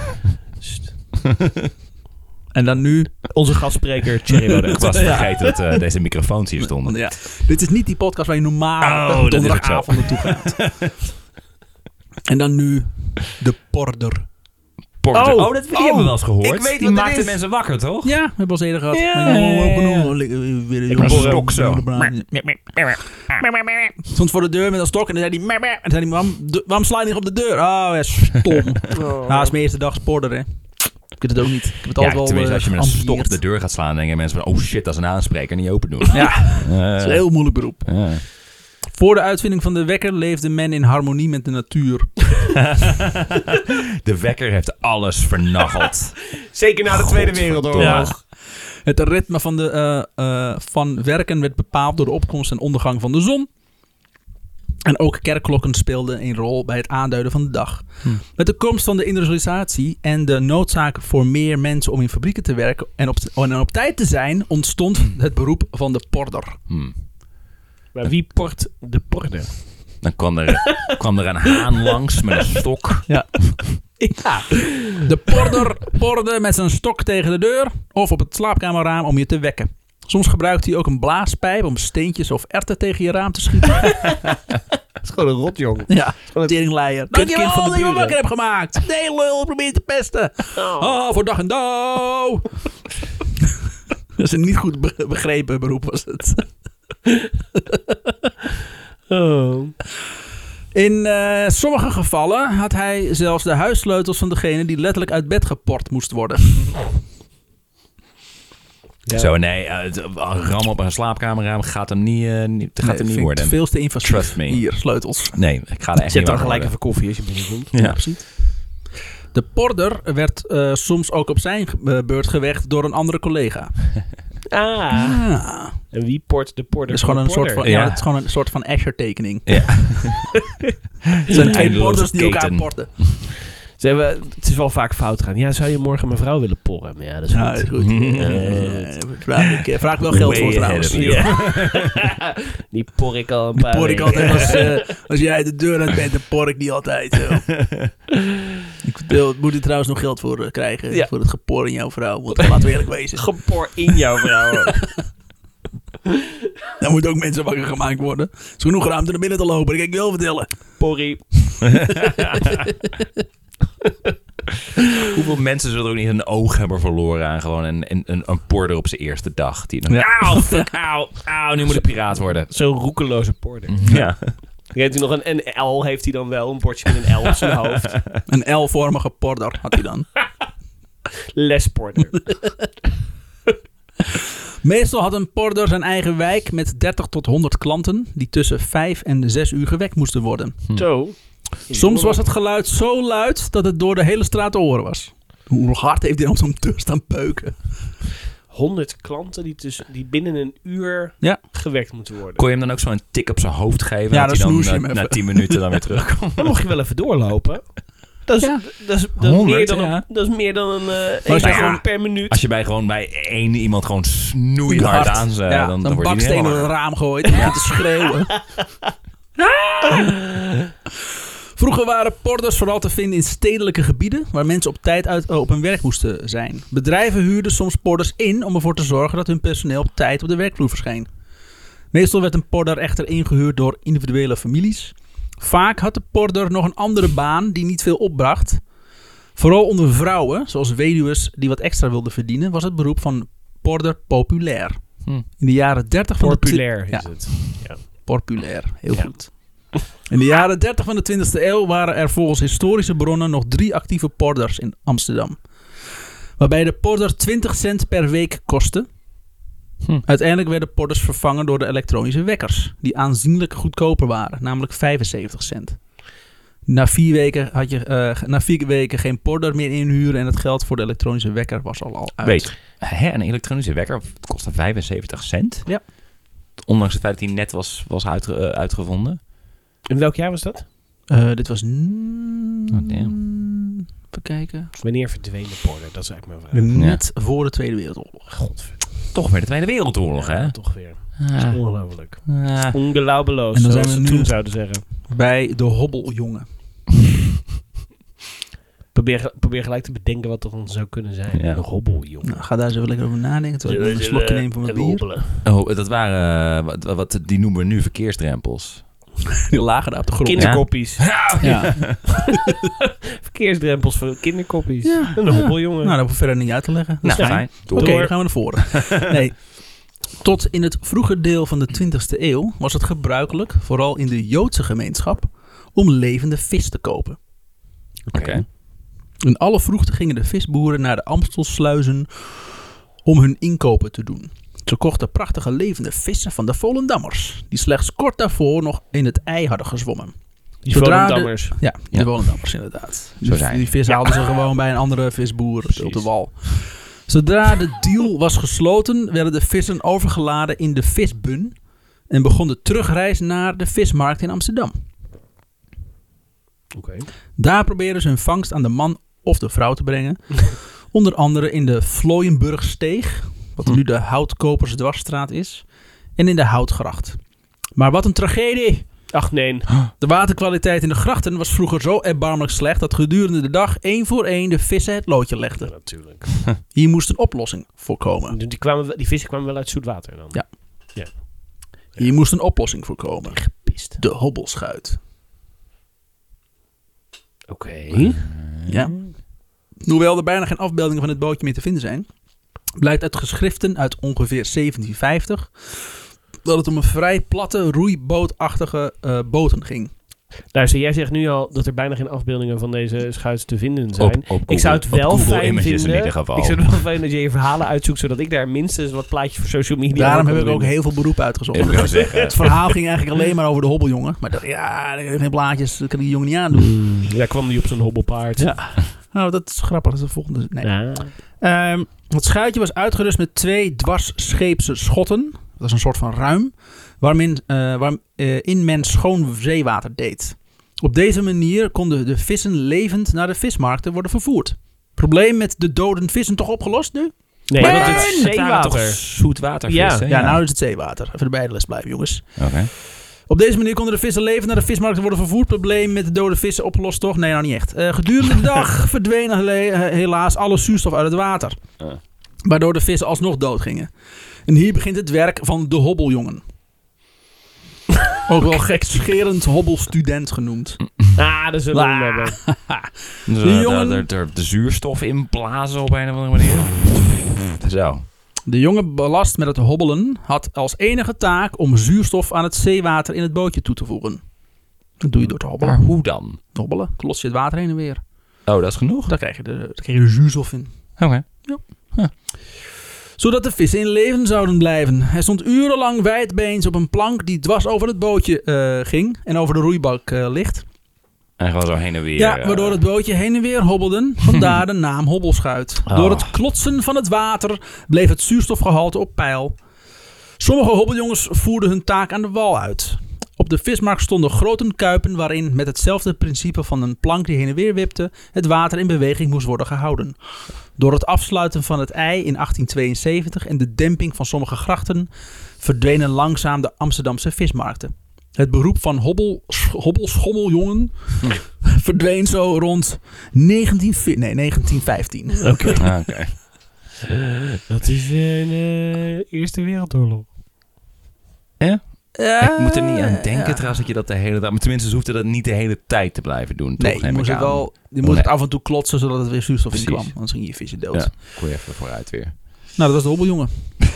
En dan nu... Onze gastspreker Thierry Ik Baudet. was vergeten dat uh, deze microfoons hier stonden. Ja. Dit is niet die podcast waar je normaal Oh, op dat is ook zo. donderdagavond naartoe gaat. En dan nu de porder. Porter. Oh, Oh, dat die hebben we wel eens gehoord. ik weet die wat het maakte is. mensen wakker, toch? Ja, we hebben al eens eerder gehad. Ja, Maar- ja, ja, ja. Ik Met een stok zo. Stond voor de deur met een stok en dan zei hij... "Meh, meh." En dan zei hij, waarom, de- waarom sla je niet op de deur? Oh, ja, stom. Oh. Nou, is mijn eerste dag sporter, hè. Ik weet het ook niet. Ik heb het Ja, altijd wel tenminste, als je met een geambieerd. stok op de deur gaat slaan, denken mensen van, oh shit, dat is een aanspreker, niet open doen. Ja, Uh, dat is een heel moeilijk beroep. ja. Voor de uitvinding van de wekker leefde men in harmonie met de natuur. De wekker heeft alles vernacheld. Zeker na de Tweede Godverdomme. Wereldoorlog. Het ritme van, de, eh, eh, van werken werd bepaald door de opkomst en ondergang van de zon. En ook kerkklokken speelden een rol bij het aanduiden van de dag. Hm. Met de komst van de industrialisatie en de noodzaak voor meer mensen om in fabrieken te werken en op, en op tijd te zijn, ontstond het beroep van de porder. Hmm. Maar wie port de porder? Dan kwam er, kwam er een haan langs met een stok. Ja. Ja. De porder porde met zijn stok tegen de deur of op het slaapkamerraam om je te wekken. Soms gebruikte hij ook een blaaspijp om steentjes of erwten tegen je raam te schieten. Dat is gewoon een rotjong. Ja, een teringleier. kutkind van Dankjewel de dat je me buren. wakker hebt gemaakt. Nee, lul, probeer te pesten. Oh, voor dag en dauw. Dat is een niet goed be- begrepen beroep was het. Oh. In uh, sommige gevallen had hij zelfs de huissleutels van degene die letterlijk uit bed geport moest worden. Ja. Zo, nee, uh, het- een ram op een slaapkamerraam gaat hem niet, uh, niet, gaat Nee, hem niet vind ik worden. Veel te invasief. Trust me. Hier, sleutels. Nee, ik ga er echt Zet niet dan wakker gelijk worden. even koffie als je binnenkomt. Ja. precies. De porder werd uh, soms ook op zijn uh, beurt gewekt door een andere collega. Ah. Ah. En wie port de porder? Het is gewoon een soort van, ja. Ja. het is gewoon een soort van Escher tekening. Ja. Het zijn twee Eindeloze porders die elkaar keten. porten. Het Ze hebben, het is wel vaak fout gaan. Ja, zou je morgen mijn vrouw willen porren? Ja, dat is Ja, goed. is goed. Uh, vraag, ik, vraag wel geld voor trouwens. Ja. Die por ik al een Die paar por ik weken. altijd als, uh, als jij de deur uit bent, dan por ik die altijd. Zo. Ik wil, moet er trouwens nog geld voor uh, krijgen. Ja. Voor het gepor in jouw vrouw. Want laten we eerlijk wezen. Gepor in jouw vrouw. Daar moeten ook mensen wakker gemaakt worden. Er is genoeg ruimte naar binnen te lopen. Dat kan ik je wel vertellen. Porrie. Hoeveel mensen zullen er ook niet een oog hebben verloren aan gewoon een, een, een, een porter op zijn eerste dag? Die dan, Ja. Auw, fuck, auw, auw, nu moet ik piraat worden. Zo'n roekeloze porter. Ja. Heeft hij nog een, een L, heeft hij dan wel. Een bordje met een L op zijn hoofd. Een L-vormige porter had hij dan. Lesporter. Meestal had een porter zijn eigen wijk met dertig tot honderd klanten die tussen vijf en zes uur gewekt moesten worden. Zo. Soms was het geluid zo luid dat het door de hele straat te horen was. Hoe hard heeft hij om zo'n deur staan peuken? honderd klanten die, tussen, die binnen een uur Ja. gewekt moeten worden. Kon je hem dan ook zo'n tik op zijn hoofd geven? Ja, dat dan hij snoes je dan hem na, na even. tien minuten dan weer terugkomt. Dan mocht je wel even doorlopen. Dat is, Ja. dat is, dat is, honderd, meer, dan ja. een, dat is meer dan een uh, als je één gewoon- per minuut. Als je bij gewoon bij één iemand gewoon snoeihard aan zet, ja, dan, dan, dan wordt hij niet baksteen door helemaal... het raam gooit en te schreeuwen. Vroeger waren porters vooral te vinden in stedelijke gebieden waar mensen op tijd uit, op hun werk moesten zijn. Bedrijven huurden soms porters in om ervoor te zorgen dat hun personeel op tijd op de werkvloer verscheen. Meestal werd een porter echter ingehuurd door individuele families. Vaak had de porter nog een andere baan die niet veel opbracht. Vooral onder vrouwen, zoals weduwen die wat extra wilden verdienen, was het beroep van porter populair. Hm. In de jaren dertig van de twi- Populair is Ja. het. Ja. Populair, heel Ja. goed. In de jaren dertig van de twintigste eeuw waren er volgens historische bronnen nog drie actieve porters in Amsterdam. Waarbij de porter twintig cent per week kostte. Hm. Uiteindelijk werden porters vervangen door de elektronische wekkers, die aanzienlijk goedkoper waren, namelijk vijfenzeventig cent. Na vier wegen had je uh, na vier weken geen porter meer inhuren en het geld voor de elektronische wekker was al, al uit. Weet, hè, een elektronische wekker kostte vijfenzeventig cent? Ja. Ondanks het feit dat hij net was, was uitge- uh, uitgevonden. In welk jaar was dat? Uh, dit was... N- Oh, damn. Even kijken. Wanneer verdween de porter? Dat is eigenlijk mijn vraag. Net voor de Tweede Wereldoorlog. Godverdomme. Toch weer de Tweede Wereldoorlog, hè? Ja, toch weer. Dat is Ah. ongelooflijk. Ah. Ongelooflijk, En dan zoals zijn we ze nu- toen zouden zeggen. Bij de hobbeljongen. Probeer, probeer gelijk te bedenken wat er dan zou kunnen zijn. Ja. Een hobbel, jongen. Nou, ga daar eens even lekker over nadenken. Terwijl ik een slokje neem van mijn Even bier. hobbelen. Oh, dat waren, uh, wat, wat, die noemen we nu verkeersdrempels. Die lagen daar op de grond. Kinderkoppies. Ja. Verkeersdrempels voor kinderkoppies. Ja. Een hobbeljongen. Nou, dat hoeven we verder niet uit te leggen. Dat Nou, is fijn. fijn. Oké, Door. dan gaan we naar voren. Nee. Tot in het vroege deel van de twintigste eeuw was het gebruikelijk, vooral in de Joodse gemeenschap, om levende vis te kopen. Oké. Okay. In alle vroegte gingen de visboeren naar de Amstelsluizen om hun inkopen te doen. Ze kochten prachtige levende vissen van de Volendammers, die slechts kort daarvoor nog in het ei hadden gezwommen. Die Zodra de- Volendammers. Ja, de Ja. Volendammers inderdaad. Zo Die, zijn. die vis haalden ze gewoon bij een andere visboer Precies. op de wal. Zodra de deal was gesloten, werden de vissen overgeladen in de visbun en begon de terugreis naar de vismarkt in Amsterdam. Oké. Daar probeerden ze hun vangst aan de man of de vrouw te brengen. Onder andere in de Vlooienburgsteeg, wat nu de Houtkopersdwarsstraat is, en in de Houtgracht. Maar wat een tragedie! Ach nee. De waterkwaliteit in de grachten was vroeger zo erbarmelijk slecht dat gedurende de dag één voor één de vissen het loodje Ja, legden. natuurlijk. Hier moest een oplossing voor komen. Die, kwamen, wel- die vissen kwamen wel uit zoet water dan. Ja. Hier moest een oplossing voor komen. Gepist. De hobbelschuit. Oké. Ja. Hoewel er bijna geen afbeeldingen van het bootje meer te vinden zijn, blijkt uit geschriften uit ongeveer zeventien vijftig dat het om een vrij platte, roeibootachtige uh, boten ging. Luister, jij zegt nu al dat er bijna geen afbeeldingen van deze schuit te vinden zijn. Op, op ik zou het Google- wel op Google fijn Images vinden. in ieder geval. Ik zou het wel fijn dat je je verhalen uitzoekt, zodat ik daar minstens wat plaatjes voor social media Daarom kan heb ik ook vinden. heel veel beroep uitgezocht. Ik wil zeggen. Het verhaal ging eigenlijk alleen maar over de hobbeljongen. Maar ik dacht, ja, ik heb geen plaatjes, dat kan die jongen niet aandoen. Ja, kwam die op zo'n hobbelpaard. Ja. Nou, dat is grappig. Dat is de volgende. Nee. Ja. Ehm, het schuitje was uitgerust met twee dwarsscheepse schotten. Dat is een soort van ruim. Waarin, uh, waarin men schoon zeewater deed. Op deze manier konden de vissen levend naar de vismarkten worden vervoerd. Probleem met de dode vissen toch opgelost nu? Nee, Maar want nee, het is Het waren toch zeewater. zoetwatervis, Ja. hè? Ja, nou is het zeewater. Even erbij de les blijven, jongens. Oké. Op deze manier konden de vissen levend naar de vismarkten worden vervoerd. Probleem met de dode vissen opgelost toch? Nee, nou niet echt. Uh, gedurende de dag verdween hele- helaas alle zuurstof uit het water. Uh. Waardoor de vissen alsnog doodgingen. En hier begint het werk van de hobbeljongen. Ook wel gekscherend hobbelstudent genoemd. Ah, dat zullen we hem Ah. hebben. De, Die jongen- de, de, de zuurstof inblazen op een of andere manier. Zo. De jongen belast met het hobbelen had als enige taak om zuurstof aan het zeewater in het bootje toe te voegen. Dat doe je door te Maar hobbelen. hoe dan? Hobbelen, klos je het water heen en weer. Oh, dat is genoeg? Daar krijg je de, daar krijg je de zuurstof in. Oké. Zodat de vissen in leven zouden blijven. Hij stond urenlang wijdbeens op een plank die dwars over het bootje eh, ging en over de roeibak eh, ligt. En gewoon zo heen en weer. Ja, eh, waardoor het bootje heen en weer hobbelden. Vandaar de naam hobbelschuit. Oh. Door het klotsen van het water bleef het zuurstofgehalte op peil. Sommige hobbeljongens voerden hun taak aan de wal uit. Op de vismarkt stonden grote kuipen waarin met hetzelfde principe van een plank die heen en weer wipte, het water in beweging moest worden gehouden. Door het afsluiten van het ei in achttien tweeënzeventig en de demping van sommige grachten verdwenen langzaam de Amsterdamse vismarkten. Het beroep van hobbel, hobbelschommeljongen verdween zo rond negentien, nee, negentien vijftien. Oké. Ah, Oké. Dat is in de Eerste Wereldoorlog. Ik moet er niet aan denken Ja. trouwens dat je dat de hele dag... Maar tenminste, ze hoefde dat niet de hele tijd te blijven doen. Nee, toch, je neem moest ik het aan. wel, je moest Nee. het af en toe klotsen zodat het weer zuurstof in Precies. kwam. Anders ging je vissen dood. Ja, kon je even vooruit weer. Nou, dat was de hobbeljongen.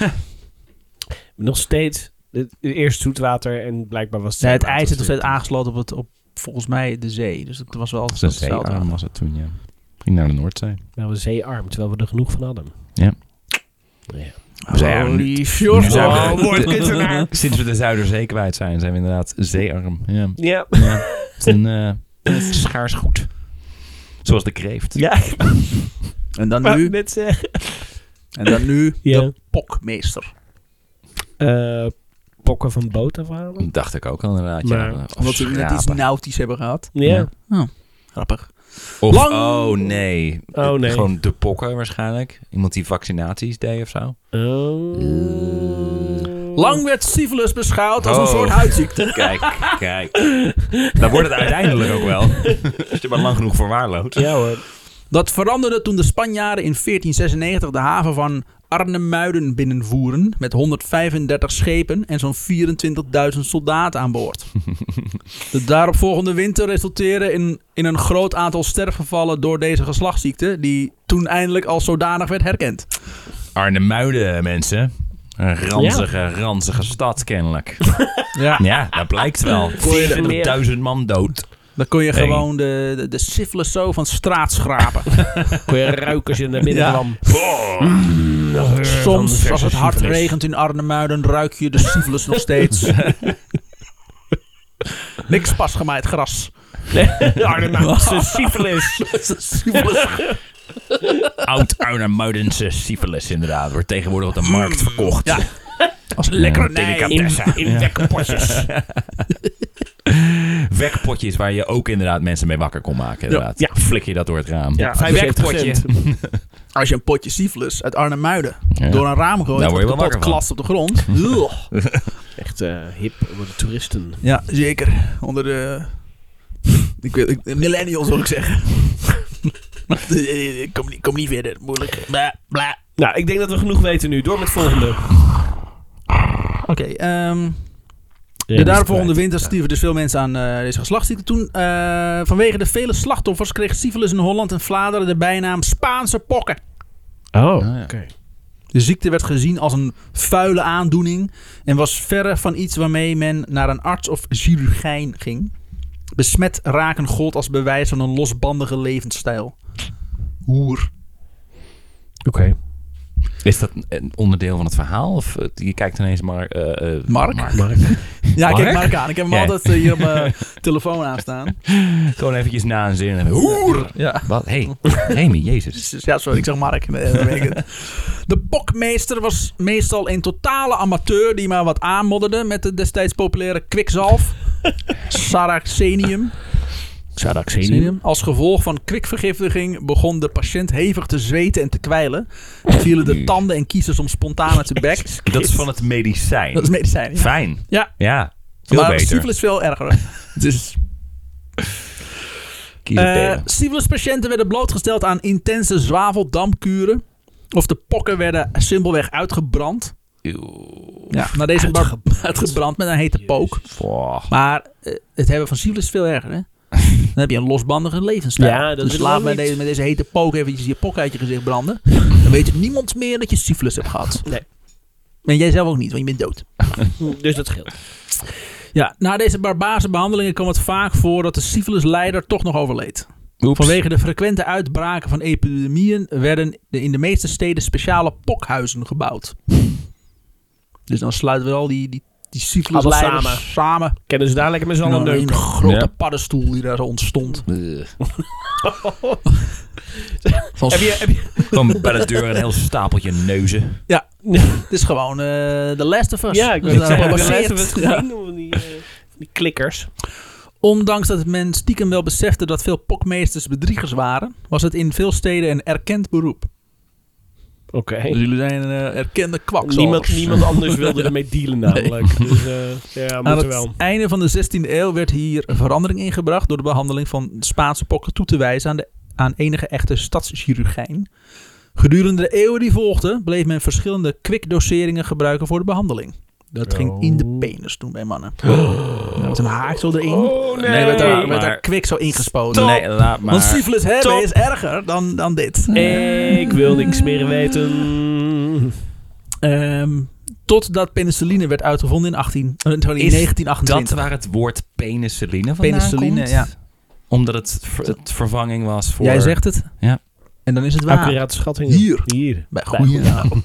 Nog steeds het, eerst zoetwater en blijkbaar was het Nee, het zeewater. ijs zit nog steeds aangesloten op, het, op volgens mij de zee. Dus het was wel Dat is een hetzelfde. zeearm was het toen, ja. Ging naar de Noordzee. Nou, we zeearm, terwijl we er genoeg van hadden. Ja. Ja. Zeearm. Holy short. Nu zijn we- Oh, woordkunstenaar. Sinds we de Zuiderzee kwijt zijn, zijn we inderdaad zeearm. Ja. Ja. Ja. Het is een uh, schaars goed. Zoals de kreeft. Ja, En dan wou nu, ik net zeggen. en dan nu Ja. de pokmeester. Eh, pokken van boot afhalen. Dat dacht ik ook al inderdaad. Maar- ja. Of Omdat we net iets schrapen. nautisch hebben gehad. Ja. Ja. Grappig. Of, Lang- oh nee. Oh, nee. Gewoon de pokken waarschijnlijk. Iemand die vaccinaties deed of zo. Oh. Lang werd syphilis beschouwd als een Oh. soort huidziekte. Kijk, kijk. Dan wordt het uiteindelijk ook wel. Als je maar lang genoeg verwaarloost. Ja hoor. Dat veranderde toen de Spanjaarden in veertien zesennegentig de haven van Arnhemuiden binnenvoeren met honderdvijfendertig schepen en zo'n vierentwintigduizend soldaten aan boord. De daaropvolgende winter resulteerde in, in een groot aantal sterfgevallen door deze geslachtsziekte, die toen eindelijk als zodanig werd herkend. Arnhemuiden, mensen. Een ranzige, ranzige stad kennelijk. Ja. Ja, dat blijkt wel. vierentwintigduizend man dood. Dan kon je Nee. gewoon de, de, de syphilis zo van straat schrapen. Kon je ruiken als je naar binnen Ja. kwam. Soms, als het hard syphilis. regent in Arnhemuiden, ruik je de syphilis nog steeds. Niks pas gemaaid gras. Arnhemuidse syphilis. Syphilis. Oud Arnhemuidense syphilis inderdaad. Wordt tegenwoordig op de markt verkocht. Ja. Als lekkere Ja, nee. delicatesse. In wekkerpotjes. Wekpotjes waar je ook inderdaad mensen mee wakker kon maken. Inderdaad. Ja. Flik je dat door het raam. Ja, Wekpotje. Als je een potje syphilis uit Arnhemuiden Ja. door een raam gooit, Daar word je wel kapot wakker van. klast op de grond. Ugh. Echt eh, hip onder de toeristen. Ja, zeker. Onder de... Ik weet, ik, millennials wil ik zeggen. Ik kom, niet- kom niet verder. Moeilijk. Bla, bla. Nou, ik denk dat we genoeg weten nu. Door met het volgende. Oké, ehm... De daaropvolgende winter stierven dus veel mensen aan uh, deze geslachtsziekte. Toen, uh, vanwege de vele slachtoffers, kreeg syphilis in Holland en Vlaanderen de bijnaam Spaanse pokken. Oh, Ah, ja. oké. De ziekte werd gezien als een vuile aandoening en was verre van iets waarmee men naar een arts of chirurgijn ging. Besmet raken gold als bewijs van een losbandige levensstijl. Hoer. Oké. Is dat een onderdeel van het verhaal? Of uh, je kijkt ineens maar... Uh, uh, Mark? Mark. Mark. Ja, ik Mark? heb Mark aan. Ik heb hem Ja. altijd uh, hier op mijn telefoon aanstaan. Gewoon eventjes na een zin. En hoer! Ja. Wat? Hé, hey, Remy, jezus. Ja, sorry, ik zeg Mark. Nee, dat weet ik het. De pokmeester was meestal een totale amateur die maar wat aanmodderde met de destijds populaire kwikzalf. Saracenium. Sadaxenium. Als gevolg van kwikvergiftiging begon de patiënt hevig te zweten en te kwijlen. Er vielen de tanden en kiezen soms spontaan uit zijn bek. Dat is van het medicijn. Dat is medicijn. Ja. Fijn. Ja. Ja, veel Maar beter. syfilis veel erger. Dus, Kies het uh, tegen. syphilis-patiënten werden blootgesteld aan intense zwaveldampkuren. Of de pokken werden simpelweg uitgebrand. Ja, na deze bar- uitgebrand met een hete pook. Boah. Maar uh, het hebben van syfilis is veel erger, hè? Dan heb je een losbandige levensstijl. Ja, dat dus is laat wel met niet. deze, met deze hete pook eventjes je pok uit je gezicht branden. Dan weet niemand meer dat je syfilis hebt gehad. Nee. En jij zelf ook niet, want je bent dood. Dus dat scheelt. Ja, na deze barbaarse behandelingen kwam het vaak voor dat de syfilisleider toch nog overleed. Oeps. Vanwege de frequente uitbraken van epidemieën werden in de meeste steden speciale pokhuizen gebouwd. Dus dan sluiten we al die, die, die syfilisleiders Allemaal samen. samen. samen. Kennen ze dadelijk met z'n En allen dan een neuken. grote Ja. paddenstoel die daar zo ontstond. Uh. Van Heb je, heb je, Gewoon bij de deur een heel stapeltje neuzen. Ja, het is gewoon uh, The Last of Us. ja, ik Dat weet is het daarop zeggen. gebaseerd. We hebben het Ja. gezien, die, uh, die klikkers. Ondanks dat men stiekem wel besefte dat veel pokmeesters bedriegers waren, was het in veel steden een erkend beroep. Oké. Dus jullie zijn een uh, erkende kwakzalvers. Niemand, niemand anders wilde ermee dealen namelijk. Dus uh, ja, Aan moeten het wel. einde van de zestiende eeuw werd hier verandering ingebracht door de behandeling van Spaanse pokken toe te wijzen aan, de, aan enige echte stadschirurgijn. Gedurende de eeuwen die volgden bleef men verschillende kwikdoseringen gebruiken voor de behandeling. Dat ging in de penis toen bij mannen. Oh. Met een haak zo erin. Oh nee. Nee, werd daar, werd maar- daar kwik zo ingespoten. Nee, laat maar. Want syfilis hebben Stop. is erger dan, dan dit. Ik wil niks meer weten. Um, totdat penicilline werd uitgevonden in, achttien, uh, sorry, in Is negentien dat achtentwintig. waar het woord penicilline vandaan Penicilline, komt? ja. Omdat het, ver- het vervanging was voor... Jij zegt het. Ja. En dan is het waar. Accurate schattingen. Hier. Hier. Bij goeie naam.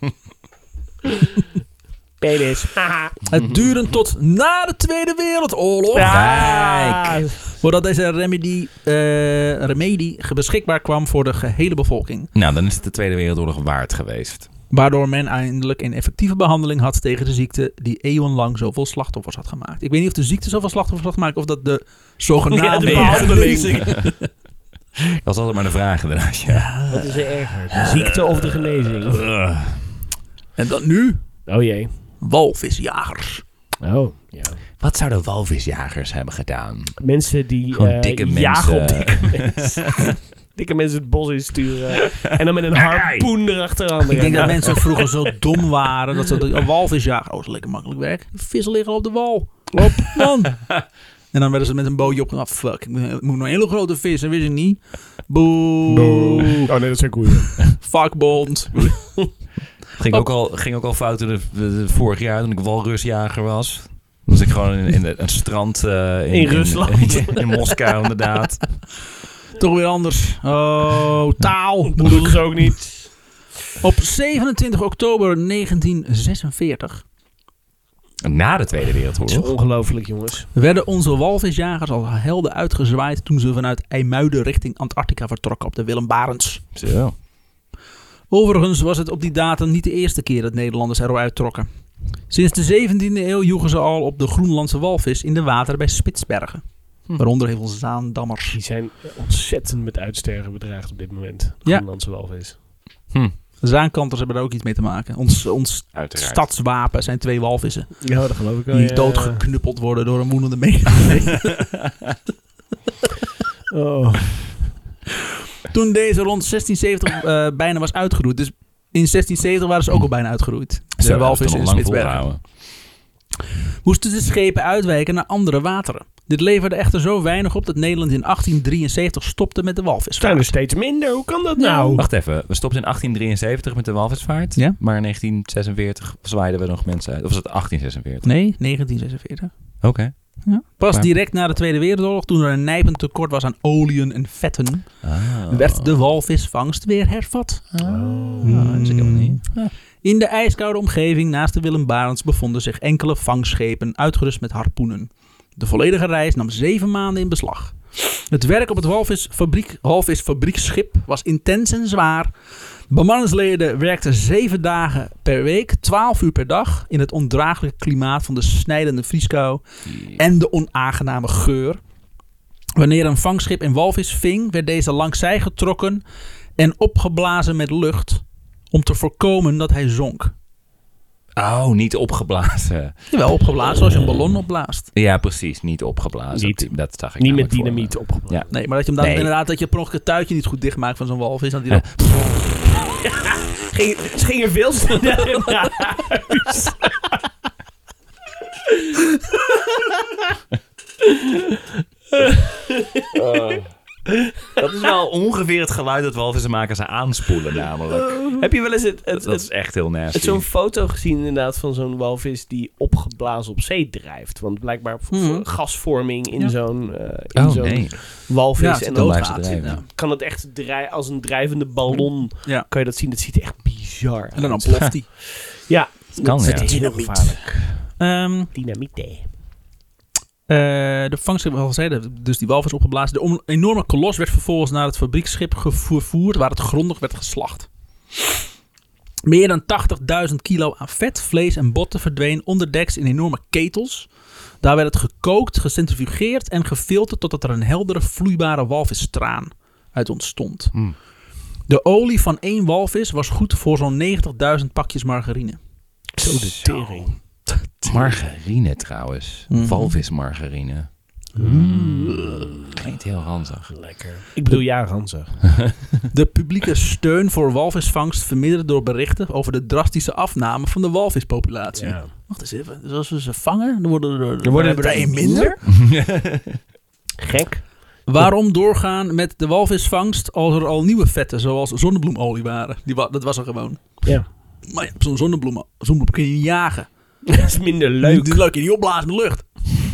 Penis. Haha. Het duurde tot na de Tweede Wereldoorlog. Kijk. Voordat deze remedie, uh, remedie beschikbaar kwam voor de gehele bevolking. Nou, dan is het de Tweede Wereldoorlog waard geweest. Waardoor men eindelijk een effectieve behandeling had tegen de ziekte die eeuwenlang zoveel slachtoffers had gemaakt. Ik weet niet of de ziekte zoveel slachtoffers had gemaakt of dat de zogenaamde Ja, de behandeling. Dat was altijd maar de vraag inderdaad. Ja. Wat is er erger? De ziekte of de genezing? Ugh. En dan nu Oh jee. walvisjagers. Oh, ja. Wat zouden walvisjagers hebben gedaan? Mensen die Gewoon eh, dikke jagen mensen. op dikke mensen. Dikke mensen het bos insturen. En dan met een harpoen erachteraan. Ik denk dat mensen vroeger zo dom waren dat ze een walvisjager... Oh, dat is lekker makkelijk werk. Vissen liggen op de wal. Op, man. En dan werden ze met een bootje op. Oh, fuck, ik moet ik moet nog een hele grote vis. Dat wist ik niet. Boe. Oh nee, dat zijn koeien. Fuckbond. Ging ook al, ging ook al fout in de, de- de- vorig jaar toen ik walrusjager was. Dan was ik gewoon in, in een strand uh, in, In Rusland. In, in Moskou inderdaad. Toch weer anders. Oh, taal. Dat doen ze ook niet. Op zevenentwintig oktober negentien zesenveertig Na de Tweede Het is Wereldoorlog. ongelooflijk, jongens. werden onze walvisjagers als helden uitgezwaaid toen ze vanuit IJmuiden richting Antarctica vertrokken op de Willem Barents. Zo. Overigens was het op die datum niet de eerste keer dat Nederlanders eruit trokken. Sinds de zeventiende eeuw joegen ze al op de Groenlandse walvis in de wateren bij Spitsbergen. Hm. Waaronder heel veel Zaandammers. Die zijn ontzettend met uitsterven bedreigd op dit moment. Ja. Groenlandse walvis. Hm. De Zaankanters hebben daar ook iets mee te maken. Ons, ons Uiteraard. stadswapen zijn twee walvissen. Ja, dat geloof ik wel. Die ja. doodgeknuppeld worden door een woedende menigte. Oh. Toen deze rond zestienzeventig uh, bijna was uitgeroeid. Dus in zestienzeventig waren ze ook al bijna uitgeroeid. De Zo, walvis dat in is toch al lang Spitsbergen. volgehouden. Moesten de schepen uitwijken naar andere wateren. Dit leverde echter zo weinig op dat Nederland in achttien drieënzeventig stopte met de Zijn er walvisvaart. steeds minder? Hoe kan dat nou? Wacht even, we stopten in achttien drieënzeventig met de walvisvaart. Ja. Maar in negentien zesenveertig zwaaiden we nog mensen uit. Of was het achttien zesenveertig? Nee, negentien zesenveertig. Oké. Ja. Pas Maar- direct na de Tweede Wereldoorlog, toen er een nijpend tekort was aan oliën en vetten, Ah. werd de walvisvangst weer hervat. Ah, dat is helemaal niet. In de ijskoude omgeving naast de Willem Barents bevonden zich enkele vangschepen uitgerust met harpoenen. De volledige reis nam zeven maanden in beslag. Het werk op het walvisfabriek, walvisfabrieksschip was intens en zwaar. De bemanningsleden werkten zeven dagen per week, twaalf uur per dag, in het ondraaglijke klimaat van de snijdende vrieskou en de onaangename geur. Wanneer een vangschip een walvis ving, werd deze langs zij getrokken en opgeblazen met lucht om te voorkomen dat hij zonk. Oh, niet opgeblazen. Jawel, opgeblazen zoals je een ballon opblaast. Ja, precies. Niet opgeblazen. Niet. Dat zag ik Niet met namelijk voor me. dynamiet opgeblazen. Ja. Nee, maar dat je hem dan Nee. inderdaad dat je per ongeluk het tuitje niet goed dichtmaakt van zo'n walvis. Dat hij dan... Ging, ze gingen veel sneller naar huis. Dat is wel ongeveer het geluid dat walvissen maken ze aanspoelen namelijk. Heb je wel eens het, het, Dat is echt heel nasty. het zo'n foto gezien inderdaad van zo'n walvis die opgeblazen op zee drijft? Want blijkbaar v- Mhm. gasvorming in Ja. zo'n uh, in Oh, zo'n nee. walvis. Ja, en dan dan blijft ze gaat. drijven. Ja. kan het echt draaien als een drijvende ballon. Ja. Kan je dat zien? Dat ziet er echt bizar uit. En dan ontploft hij. Ja, kan, dat ja. is heel gevaarlijk. Ehm Dynamiet. Uh, de vangschip, wat al zeiden, dus die walvis opgeblazen. De om- enorme kolos werd vervolgens naar het fabrieksschip gevoerd, waar het grondig werd geslacht. Meer dan tachtigduizend kilo aan vet, vlees en botten verdween onderdeks in enorme ketels. Daar werd het gekookt, gecentrifugeerd en gefilterd totdat er een heldere, vloeibare walvisstraan uit ontstond. Hmm. De olie van één walvis was goed voor zo'n negentigduizend pakjes margarine. Zo de tering. Margarine trouwens. Mhm. Walvismargarine. Mm. Klinkt heel ranzig. Lekker. Ik bedoel, ja, ranzig. De publieke steun voor walvisvangst verminderd door berichten over de drastische afname van de walvispopulatie. Ja. Wacht eens even, dus als we ze vangen, dan worden er, Dan worden hebben er er één minder. Gek. Waarom doorgaan met de walvisvangst als er al nieuwe vetten zoals zonnebloemolie waren? Die wa- dat was er gewoon. Ja. Maar ja, zo'n zonnebloem, zonnebloem kun je niet jagen. Dat is minder leuk. Die leuk je niet opblazen met lucht.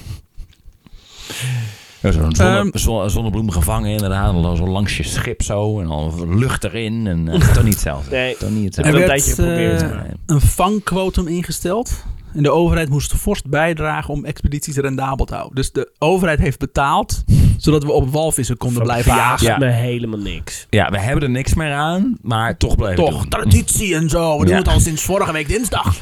Ja, zo'n zonne, Ehm. zon- zonnebloem gevangen inderdaad. En dan zo langs je schip zo. En dan lucht erin. En uh, toch niet hetzelfde. Nee. Toch niet Ik Er heb hetzelfde. een werd tijdje geprobeerd. eh, maar- een vangquotum ingesteld. En de overheid moest fors bijdragen om expedities rendabel te houden. Dus de overheid heeft betaald, zodat we op walvissen konden blijven Verbaast jagen. Ja. me helemaal niks. Ja, we hebben er niks meer aan. Maar toch blijven Toch, doen. traditie en zo. We Ja. doen het al sinds vorige week dinsdag.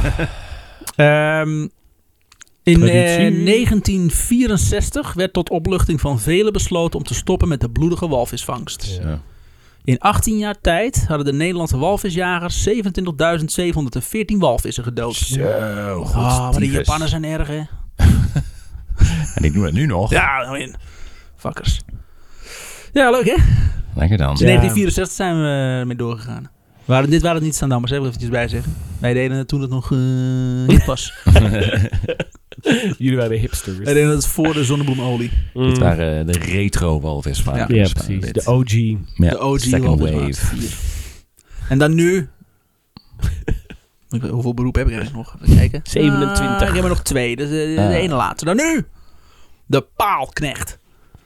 Ehm, in eh, Traditie. negentien vierenzestig werd tot opluchting van velen besloten om te stoppen met de bloedige walvisvangst. Zo. In achttien jaar tijd hadden de Nederlandse walvisjagers zevenentwintigduizend zevenhonderdveertien walvissen gedood. Zo, goed. Ah, maar die tyfus. Japanners zijn erg, hè? En ik doe het nu nog. Ja, nou in. Fuckers. Ja, leuk, hè? Lekker dan. Dus Ja. in negentien vierenzestig zijn we mee doorgegaan. We waren, dit waren het niet Sandammers, hè? Wil ik eventjes bij zeggen. Wij deden het toen het nog uh, hip was. Jullie waren de hipsters. Wij deden het voor de zonnebloemolie. Mm. Het waren de retro walvisvangers. Ja, Ja, precies. De O G. Ja, De O G second walvismaat. wave. Hier. En dan nu... Ik weet, hoeveel beroep heb ik eigenlijk nog? Even kijken. zevenentwintig. Ah, ik heb er nog twee. Dus de, de Ah. ene laatste. Dan nu! De paalknecht.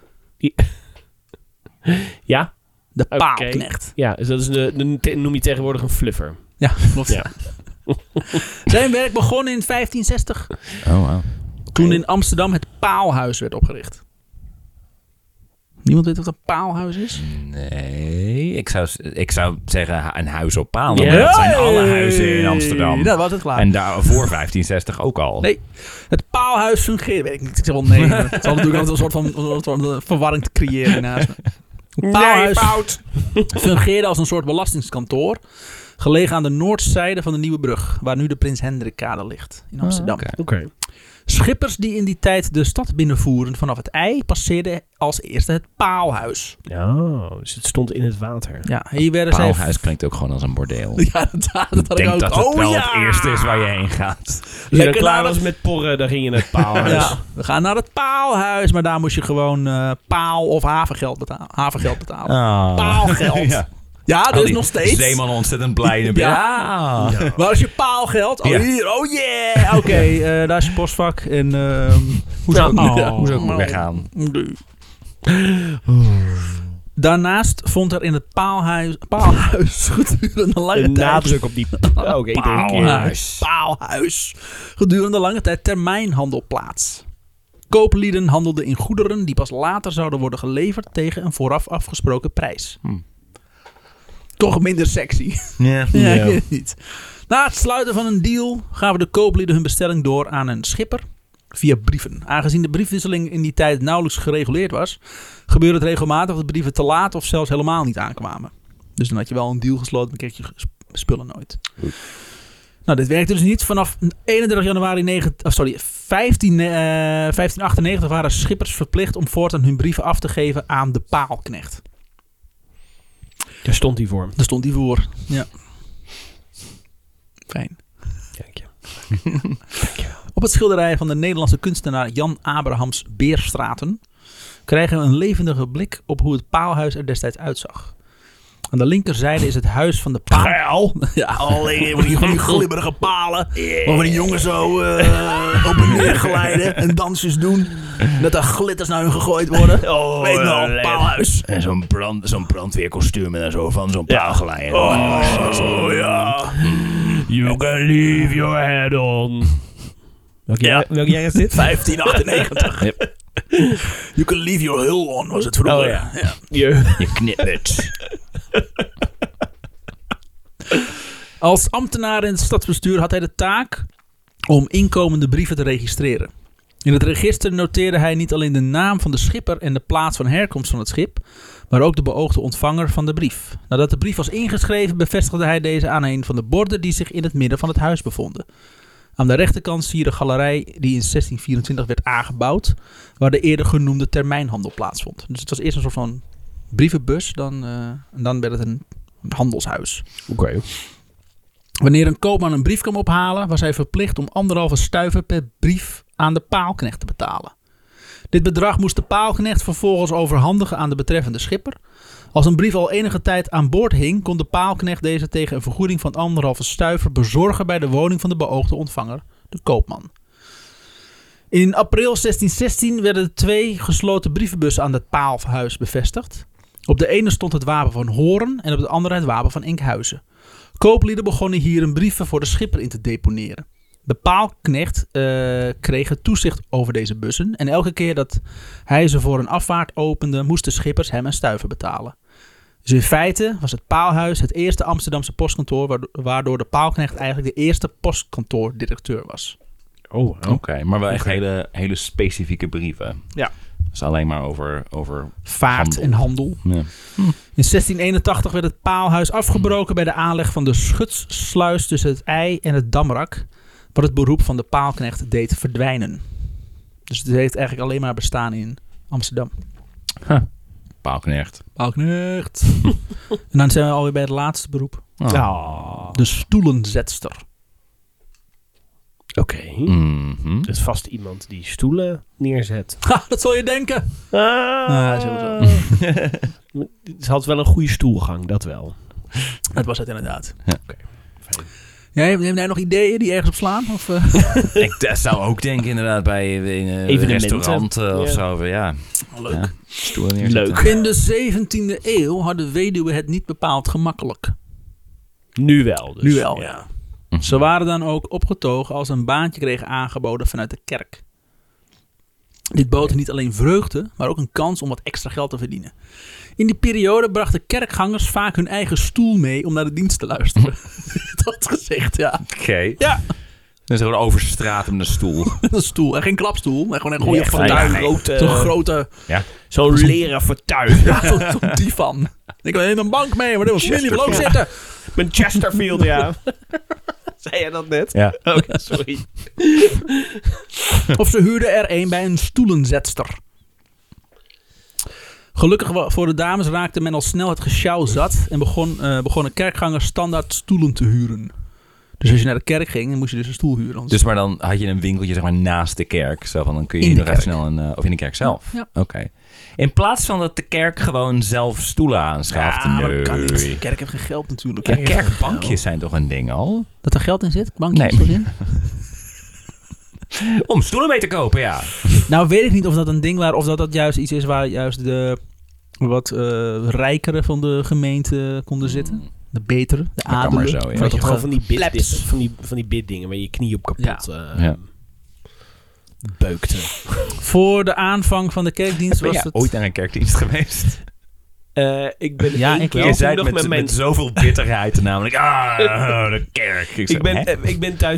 Ja? De Oké. paalknecht. Ja, dus dat is de, de, te- noem je tegenwoordig een fluffer. Ja, klopt. Ja. Zijn werk begon in vijftien zestig. Oh, wow. Toen in Amsterdam het Paalhuis werd opgericht. Niemand weet wat een paalhuis is? Nee, ik zou, ik zou zeggen een huis op paal. Ja. Maar dat zijn alle huizen in Amsterdam. Dat was het klaar. En daar voor vijftien zestig ook al. Nee, het Paalhuis fungeerde. Weet ik niet. Ik zeg wel nee. maar Het zal natuurlijk altijd een soort van, een soort van verwarring te creëren naast me. Het Paalhuis fungeerde als een soort belastingskantoor. Gelegen aan de noordzijde van de Nieuwe Brug. Waar nu de Prins Hendrikkade ligt. In Amsterdam. oké. Oké. Schippers die in die tijd de stad binnenvoeren vanaf het IJ passeerden als eerste het Paalhuis. Ja, dus het stond in het water. Ja, hier werden zij... Paalhuis klinkt ook gewoon als een bordeel. Ja, dat, dat had Ik ik denk ook. dat het Oh, wel ja! het eerste is waar je heen gaat. Als je dan Lekker klaar naar was het- met porren, dan ging je naar het paalhuis. Ja, we gaan naar het Paalhuis. Maar daar moest je gewoon eh, paal of havengeld betalen. Havengeld betalen. Ah. Paalgeld. Ja. Ja, dat Al is die nog steeds. Zeeman ontzettend blij. Ja. Ja. Ja. Maar als je paalgeld... Oh, Ja. hier. Oh, yeah. Oké, eh, daar is je postvak. En ehm hoe zou Nou, ik oh. Hoe zou ik weggaan? Nee. Daarnaast vond er in het paalhuis, paalhuis gedurende lange Een tijd... nadruk op die... Oké, okay, Paalhuis. Paalhuis. Gedurende lange tijd termijnhandel plaats. Kooplieden handelden in goederen die pas later zouden worden geleverd tegen een vooraf afgesproken prijs. Hm. Toch minder sexy. Ja. Ja, Ja. ik weet het niet. Na het sluiten van een deal gaven de kooplieden hun bestelling door aan een schipper. via brieven. Aangezien de briefwisseling in die tijd nauwelijks gereguleerd was, gebeurde het regelmatig dat brieven te laat of zelfs helemaal niet aankwamen. Dus dan had je wel een deal gesloten, maar kreeg je spullen nooit. Goed. Nou, dit werkte dus niet. Vanaf eenendertig januari negentien, oh sorry, vijftien, uh, vijftien achtennegentig waren schippers verplicht om voortaan hun brieven af te geven aan de paalknecht. Daar stond hij voor. Daar stond hij voor, ja. Fijn. Dank je. Op het schilderij van de Nederlandse kunstenaar Jan Abrahams Beerstraten krijgen we een levendige blik op hoe het paalhuis er destijds uitzag. Aan de linkerzijde is het huis van de paal. Geil. Ja, alleen van die, van die glibberige palen. Yeah. Waar die jongens zo uh, op en neer glijden en dansjes doen. Dat er glitters naar hun gegooid worden. Oh, weet wel, uh, paalhuis. En zo'n, brand, zo'n brandweerkostuum en zo van zo'n paal glijden. Oh, oh ja. You can leave your head on. Welk jaar, welk jaar is dit? vijftien achtennegentig. Yep. You can leave your hull on, was het vroeger. Oh ja. ja. Je, je knippert. Als ambtenaar in het stadsbestuur had hij de taak om inkomende brieven te registreren. In het register noteerde hij niet alleen de naam van de schipper en de plaats van herkomst van het schip, maar ook de beoogde ontvanger van de brief. Nadat de brief was ingeschreven, bevestigde hij deze aan een van de borden die zich in het midden van het huis bevonden. Aan de rechterkant zie je de galerij die in zestien vierentwintig werd aangebouwd, waar de eerder genoemde termijnhandel plaatsvond. Dus het was eerst een soort van brievenbus, dan, uh, en dan werd het een handelshuis. Oké. Okay. Wanneer een koopman een brief kwam ophalen, was hij verplicht om anderhalve stuiver per brief aan de paalknecht te betalen. Dit bedrag moest de paalknecht vervolgens overhandigen aan de betreffende schipper. Als een brief al enige tijd aan boord hing, kon de paalknecht deze tegen een vergoeding van anderhalve stuiver bezorgen bij de woning van de beoogde ontvanger, de koopman. In april zestien zestien werden twee gesloten brievenbussen aan het paalhuis bevestigd. Op de ene stond het wapen van Hoorn en op de andere het wapen van Enkhuizen. Kooplieden begonnen hier een brieven voor de schipper in te deponeren. De paalknecht uh, kreeg het toezicht over deze bussen en elke keer dat hij ze voor een afvaart opende, moesten schippers hem een stuiver betalen. Dus in feite was het paalhuis het eerste Amsterdamse postkantoor, waardoor de paalknecht eigenlijk de eerste postkantoordirecteur was. Oh, oké. Okay, maar wel echt okay. hele, hele specifieke brieven. Ja. Dus alleen maar over, over vaart handel. en handel. Ja. Hm. In zestien eenentachtig werd het paalhuis afgebroken bij de aanleg van de schutssluis tussen het IJ en het Damrak, wat het beroep van de paalknecht deed verdwijnen. Dus het heeft eigenlijk alleen maar bestaan in Amsterdam. Huh. Paalknecht. Paalknecht. En dan zijn we alweer bij het laatste beroep. Oh. Oh. De stoelenzetster. Oké. Okay. Mm-hmm. Dat is vast iemand die stoelen neerzet. Ha, dat zal je denken. Ah. Ah, sowieso. Het had wel een goede stoelgang, dat wel. Dat was het inderdaad. Ja. Oké. Okay. Ja, heb jij nog ideeën die ergens op slaan? Of, uh? Ik dat zou ook denken inderdaad bij in, uh, een restaurant uh, of ja. zo. Ja. Oh, leuk. Ja, leuk. In de zeventiende eeuw hadden weduwen het niet bepaald gemakkelijk. Nu wel. Dus. Nu wel, ja. Mm-hmm. Ze waren dan ook opgetogen als ze een baantje kregen aangeboden vanuit de kerk. Dit bood niet alleen vreugde, maar ook een kans om wat extra geld te verdienen. In die periode brachten kerkgangers vaak hun eigen stoel mee om naar de dienst te luisteren. Dat gezegd, ja. Oké. Okay. Ja. Dat is gewoon over straat met een stoel. Een stoel. En geen klapstoel. Maar gewoon een goede nee, fortuin. Nee, grote, zo'n grote... Ja. Zo'n leren fortuin. Ja, zo'n zo die van. Ik neem een bank mee, maar dat was niet ook zitten. Mijn Chesterfield, ja. Zei jij dat net? Ja. Oké, okay, sorry. Of ze huurden er een bij een stoelenzetster. Gelukkig voor de dames raakte men al snel het gesjouw zat en begon, uh, begonnen kerkgangers standaard stoelen te huren. Dus als je naar de kerk ging, dan moest je dus een stoel huren. Anders. Dus maar dan had je een winkeltje zeg maar naast de kerk. Zo van, dan kun je in nog de even snel een... Uh, of in de kerk zelf? Ja. Oké. Okay. In plaats van dat de kerk gewoon zelf stoelen aanschaft. Ja, nee. maar dat kan niet. De kerk heeft geen geld natuurlijk. Ja, kerkbankjes zijn toch een ding al? Dat er geld in zit? Bankjes nee. in? Om stoelen mee te kopen, ja. Nou weet ik niet of dat een ding was, of dat dat juist iets is waar juist de wat uh, rijkere van de gemeente konden zitten. De betere, de adelen. Zo, ja. Weet je, gewoon van die, bid, van, die, van die biddingen waar je knie op kapot ja. Uh, ja. beukte. Voor de aanvang van de kerkdienst was ben het... ooit naar een kerkdienst geweest? Uh, ik ben ja, één ik keer je zei nog met, met, met mijn... zoveel bitterheid namelijk. Ah, de kerk. Ik, zeg, ik, ben, uh, ik ben thuis totaal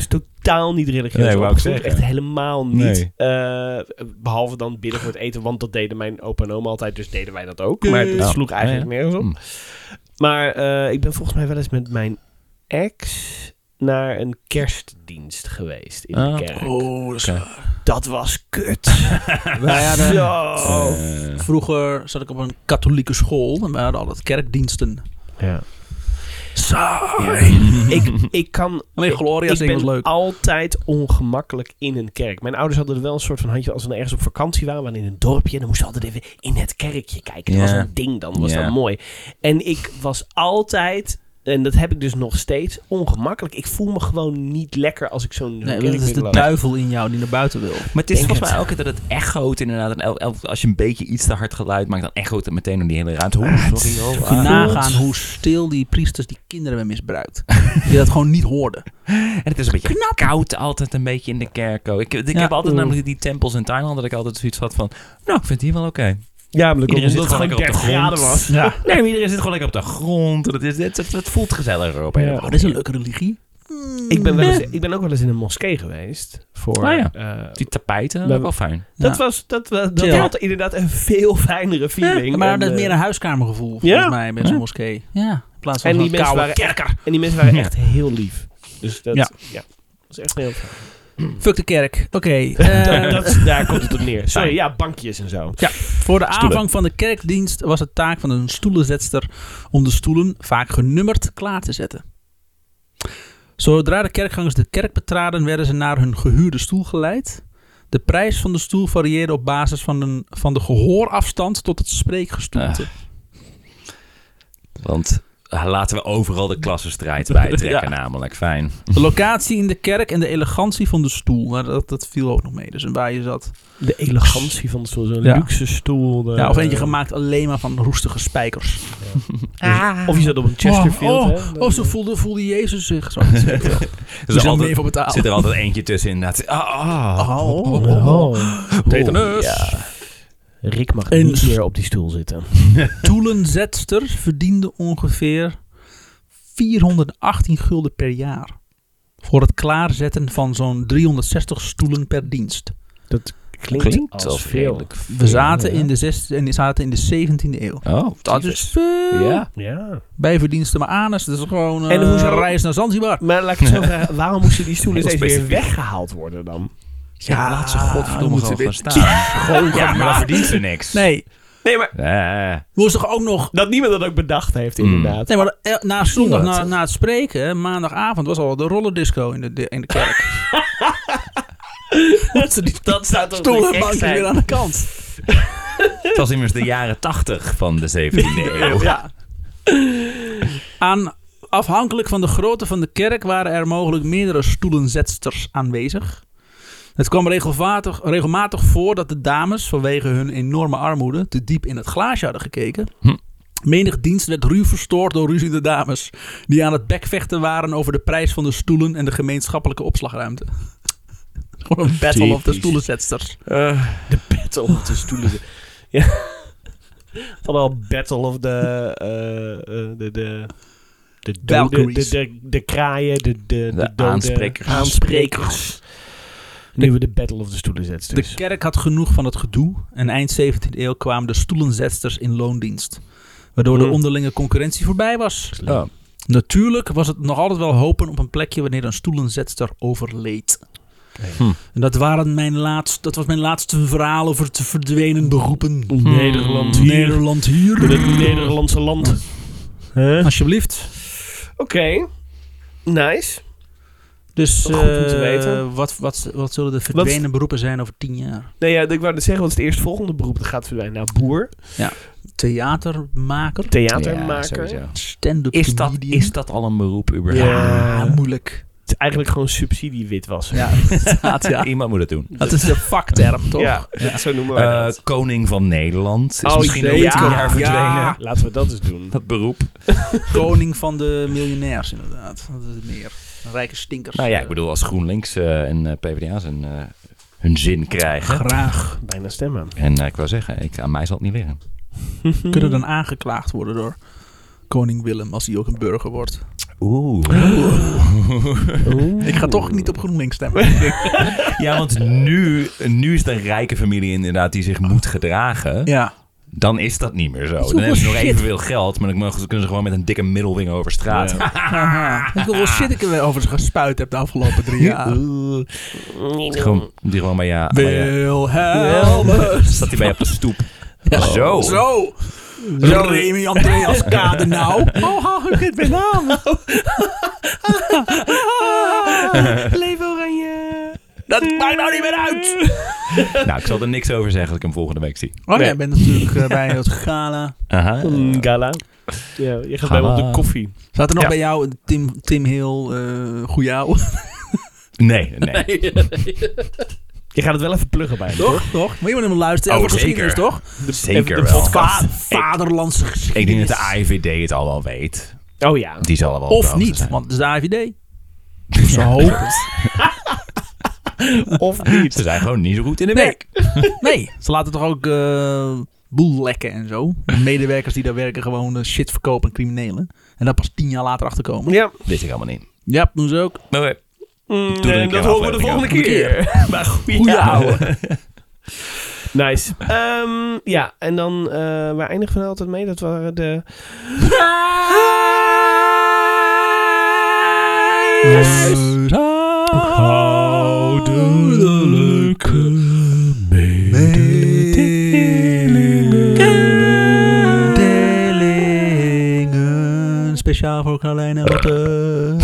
totaal niet religieus Nee, wou ik opgevoed. zeggen. Echt helemaal niet. Nee. Uh, behalve dan bidden voor het eten, want dat deden mijn opa en oma altijd, dus deden wij dat ook. Maar dat Ja. sloeg eigenlijk Ja, ja. nergens op. Mm. Maar uh, ik ben volgens mij wel eens met mijn ex naar een kerstdienst geweest in Ah. de kerk. Oh, dat is Oké. waar. Dat was kut. Wij hadden, Zo. Eh, vroeger zat ik op een katholieke school en we hadden altijd kerkdiensten. Ja. Saai. ik, ik kan... Alleen Gloria ik zingen ben was leuk. altijd ongemakkelijk in een kerk. Mijn ouders hadden er wel een soort van handje... Als we ergens op vakantie waren, we waren in een dorpje... dan moesten we altijd even in het kerkje kijken. Dat Ja. was een ding dan, was Ja. dat mooi. En ik was altijd... En dat heb ik dus nog steeds ongemakkelijk. Ik voel me gewoon niet lekker als ik zo'n zo'n Nee, kerk dat is de binnenloop. duivel in jou die naar buiten wil. Maar het is Denk volgens het. mij ook dat het echoot inderdaad. En el- el- als je een beetje iets te hard geluid maakt, dan echoot het meteen door die hele ruimte. Oeh, sorry, oh, Kun je ah. nagaan hoe stil die priesters die kinderen hebben misbruikt. Die dat gewoon niet hoorden. En het is een beetje koud altijd een beetje in de kerk ook. Ik, ik Ja. heb altijd Mm. namelijk die tempels in Thailand dat ik altijd zoiets had van, nou, ik vind die wel oké. Ja, maar Iedereen zit omdat het gewoon lekker op de dertig grond. graden was. Ja. Nee, maar iedereen zit gewoon lekker op de grond. Het, is, het, het, het voelt gezelliger op een Ja. of Oh, andere dit is een manier. leuke religie. Ik ben, wel eens, ik ben ook wel eens in een moskee geweest. Voor, Ah ja. eh, Die tapijten, dat We- is wel fijn. dat Ja. was, dat, was- dat Chill. had inderdaad een veel fijnere feeling. Maar En, dat is eh, meer een huiskamergevoel volgens Ja. mij bij zo'n Ja. moskee. Ja. In plaats van En die zo'n mensen koude waren kerker. En die mensen waren Ja. echt heel lief. Dus dat, ja. Ja. dat is echt heel fijn. Fuck de kerk. Oké. eh, dat, dat- daar komt het op neer. Sorry, ja, bankjes en zo. Voor de Stoelen. aanvang van de kerkdienst was het taak van een stoelenzetster om de stoelen, vaak genummerd, klaar te zetten. Zodra de kerkgangers de kerk betraden, werden ze naar hun gehuurde stoel geleid. De prijs van de stoel varieerde op basis van, een, van de gehoorafstand tot het spreekgestoelte. Want uh, laten we overal de klassenstrijd bijtrekken, Ja. namelijk. Fijn. De locatie in de kerk en de elegantie van de stoel, nou, dat, dat viel ook nog mee. Dus waar je zat. De elegantie van de stoel. Zo'n Ja. luxe stoel. De, Ja, of eentje gemaakt alleen maar van roestige spijkers. Of je zat op een Chesterfield. Oh, hè? oh, oh, zo voelde, voelde Jezus zich. Zo, dat weet ik wel. Er Dus is dan altijd, even betalen. zit er altijd eentje tussen inderdaad. Ah, ah. Oh, oh, oh. Oh. Tetanus. Ja. Rick mag En- niet meer op die stoel zitten. Stoelenzetster verdiende ongeveer vierhonderdachttien gulden per jaar. Voor het klaarzetten van zo'n driehonderdzestig stoelen per dienst. Dat klinkt, Klinkt als als veel. redelijk. We zaten, ja. in de zes, en die zaten in de zeventiende eeuw. Oh, Dat tyfus. is veel. Ja. Ja. Bijverdiensten maar anus. Dat is gewoon En eh, hoezo- een reis naar Zanzibar. Maar laat ik het zo vragen. Waarom moesten die stoelen Heel steeds weer specifiek. weggehaald worden dan? Ja, laat ze godverdomme moeten gewoon dit- gaan staan. Gewoon Ja, maar dan verdient ze niks. Nee, Nee, maar Eh, we moesten toch ook nog... dat niemand dat ook bedacht heeft Mm. inderdaad. Nee, maar eh, na zondag, Wat? na, na het spreken, maandagavond, was al de rollerdisco in de, de- in de kerk. Moesten die Dat zou toch stoelen te en gek bankjes zijn? weer aan de kant. het was immers de jaren tachtig van de zeventiende eeuw. Ja. Aan, afhankelijk van de grootte van de kerk waren er mogelijk meerdere stoelenzetsters aanwezig. Het kwam regelmatig, regelmatig voor dat de dames vanwege hun enorme armoede te diep in het glaasje hadden gekeken. Hm. Menig dienst werd ruw verstoord door ruziende dames die aan het bekvechten waren over de prijs van de stoelen en de gemeenschappelijke opslagruimte. Gewoon een battle of de Typisch. stoelenzetsters. De battle of de stoelen. Ja. Van al battle of de... eh, eh, de, de de, dode, de, Valkyries. de, de kraaien, de, de, de, De dode aansprekers. aansprekers. Nu hebben we de battle of de stoelenzetsters. De kerk had genoeg van het gedoe en eind zeventiende eeuw kwamen de stoelenzetsters in loondienst. Waardoor de Mm. onderlinge concurrentie voorbij was. Oh. Natuurlijk was het nog altijd wel hopen op een plekje wanneer een stoelenzetster overleed. Hm. En dat, waren mijn laatste, dat was mijn laatste verhaal over te verdwenen beroepen. Nederland hier. Nederland hier. In het Nederlandse land. Huh? Alsjeblieft. Oké. Nice. Dus Goed om te eh, weten. Wat, wat, wat zullen de verdwenen beroepen zijn over tien jaar? Nee, ja, ik wou net zeggen, wat is het eerstvolgende beroep dat gaat verdwijnen? Nou, boer, Theatermaker, theatermaker. Ja, sowieso. stand-up Is dat, comedian. is dat al een beroep überhaupt? Ja, Ja. moeilijk. Het is eigenlijk gewoon subsidiewitwassen. Ja, inderdaad, ja. Iemand moet het doen. Dat is de vakterm, toch? Ja, zo noemen wij Eh, dat. Koning van Nederland is Oh, misschien zeker. over tien Ja, jaar verdwenen. ja. Laten we dat eens doen. Dat beroep. Koning van de miljonairs, inderdaad. Dat is het meer. Rijke stinkers. Nou ja, ik bedoel, als GroenLinks eh, en eh, P v d A zijn, eh, hun zin krijgen. Graag. Bijna stemmen. En eh, ik wou zeggen, ik, aan mij zal het niet liggen. Kunnen dan aangeklaagd worden door koning Willem als hij ook een burger wordt. Oeh. Oeh. Ik ga toch niet op GroenLinks stemmen. Ja, want nu, nu is het een rijke familie inderdaad die zich moet gedragen. Ja. Dan is dat niet meer zo. Zoveel Dan hebben ze nog shit. evenveel geld, maar dan mogen ze, kunnen ze gewoon met een dikke middelvinger over straat. Ja. Haha. Weet je hoeveel shit ik er weer over ze gespuit heb de afgelopen drie jaar? Gewoon, die gewoon bij je... bij je- Wilhelmus. Zat hij bij je op de stoep. Ja. Zo. Zo. Zo Remy Andreas Kade nou. Oh, ik weet mijn naam. Leef oranje. Dat maakt nou niet meer uit. Nou, ik zal er niks over zeggen als ik hem volgende week zie. Oh, Nee. jij bent natuurlijk uh, bij het gala. Aha. Mm, gala. Ja, je gaat Gala. bij me op de koffie. Zat er nog Ja. bij jou Tim, Tim Hill, uh, goeie ouwe? Nee, nee. Je gaat het wel even pluggen bij me, toch? Toch? Toch? Maar je moet hem luisteren. Oh, Over geschiedenis, zeker. toch? Zeker de wel. podcast. Va- vaderlandse geschiedenis. Ik denk dat de A I V D het al wel weet. Oh ja. Die zal er wel op de Of hoogte niet, zijn. want het is de A I V D. Ze hopen. Of niet. Ze zijn gewoon niet zo goed in de Nee. werk. Nee, ze laten toch ook uh, boel lekken en zo. De medewerkers die daar werken gewoon uh, shit verkopen aan criminelen. En daar pas tien jaar later achterkomen. Ja. Wist ik allemaal niet. Ja, doen ze ook. Oké. Mm, Doe er een en keer dat een horen we de volgende aflevering keer. Maar goeie, Goeie ouwe. ouwe. Nice. Um, ja, en dan, uh, waar eindigen we altijd mee? Dat waren de... Huishoudelijke mededelingen. Speciaal voor Carlijn en Lotte.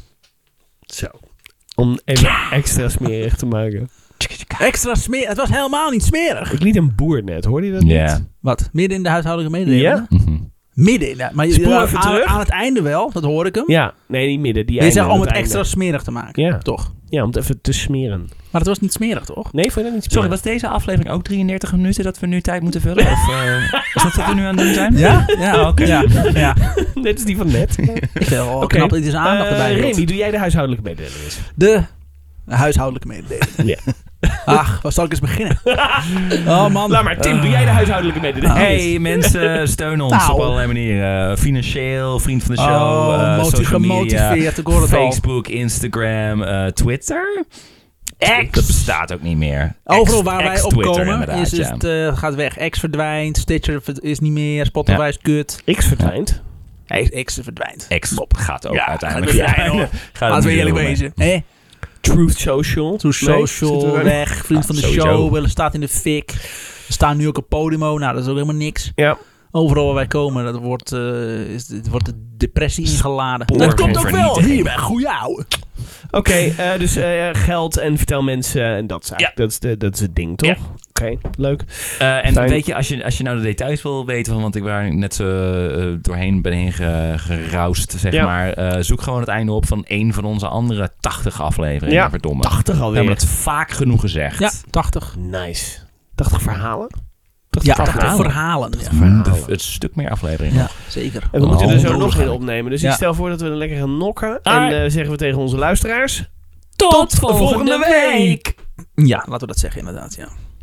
Zo. Om even extra smerig te maken. Extra smerig. Het was helemaal niet smerig. Ik liet een boer net, hoorde je dat Ja. niet? Wat? Midden in de huishoudelijke mededelingen? Ja? Mhm. Midden in de... Maar je, Spoel aan, even aan, terug. aan het einde wel, dat hoor ik hem. Ja, nee, niet midden. Die Je einde zegt om aan het einde. extra smerig te maken. Ja. Toch? Ja, om het even te smeren. Maar het was niet smerig, toch? Nee, vond je dat niet Sorry, smerig? was deze aflevering ook drieëndertig minuten dat we nu tijd moeten vullen? Of uh, is dat wat we nu aan het doen zijn? Ja? Ja, Oh, oké. ja, ja. Net is die van net. Ik vind wel Oké. knap dat hij zijn aandacht Eh, erbij heeft. Remy, doe jij de huishoudelijke mededelingen? De huishoudelijke mededeling. Ja. Ach, waar zal ik eens beginnen? Oh man. Laat maar, Tim, doe jij de huishoudelijke mededelingen? Hey mensen, steun ons Nou. op allerlei manieren. Financieel, vriend van de show, Oh, eh, moti- social media, gemotiveerd, ik hoor het al. Facebook, Instagram, eh, Twitter. X. Dat bestaat ook niet meer. Overal X- waar wij X op Twitter, komen inderdaad, is, is ja. het eh, gaat weg. X verdwijnt, Stitcher is niet meer, Spotify Ja. is kut. X verdwijnt. Hey, X verdwijnt. X gaat ook Ja, uiteindelijk. gaat verdwijnen, hoor. Gaat Laten we niet eerlijk doen, wezen. Hé? Truth Social. True Nee, Social, zitten we- weg, vriend van de Sowieso. show, willen staat in de fik. We staan nu ook op Podimo, nou dat is ook helemaal niks. Ja. Overal waar wij komen, dat wordt, eh, is, het wordt de depressie ingeladen. Spoor Dat van komt ook wel vernietiging. hier bij goeie ouwe. Oké, eh, dus eh, geld en vertel mensen en dat is eigenlijk, dat, is de, dat is het ding, toch? Ja. Oké, leuk. Eh, en Fijn. weet je, als je, als je nou de details wil weten van, want ik waar net zo eh, doorheen ben heen ge, geroust, zeg Ja. maar. eh, zoek gewoon het einde op van een van onze andere tachtig afleveringen, Ja, verdomme. tachtig We alweer. hebben het vaak genoeg gezegd. Ja, tachtig. Nice. tachtig verhalen? Ja, tachtig tachtig verhalen. verhalen. Ja, De- het stuk meer afleveringen. ja zeker. En we moeten er zo Oh, nog in waarschijnlijk. opnemen. Dus Ja. ik stel voor dat we een lekker gaan nokken. Ah. En eh, zeggen we tegen onze luisteraars... Tot volgende week! Ja, laten we dat zeggen inderdaad, ja.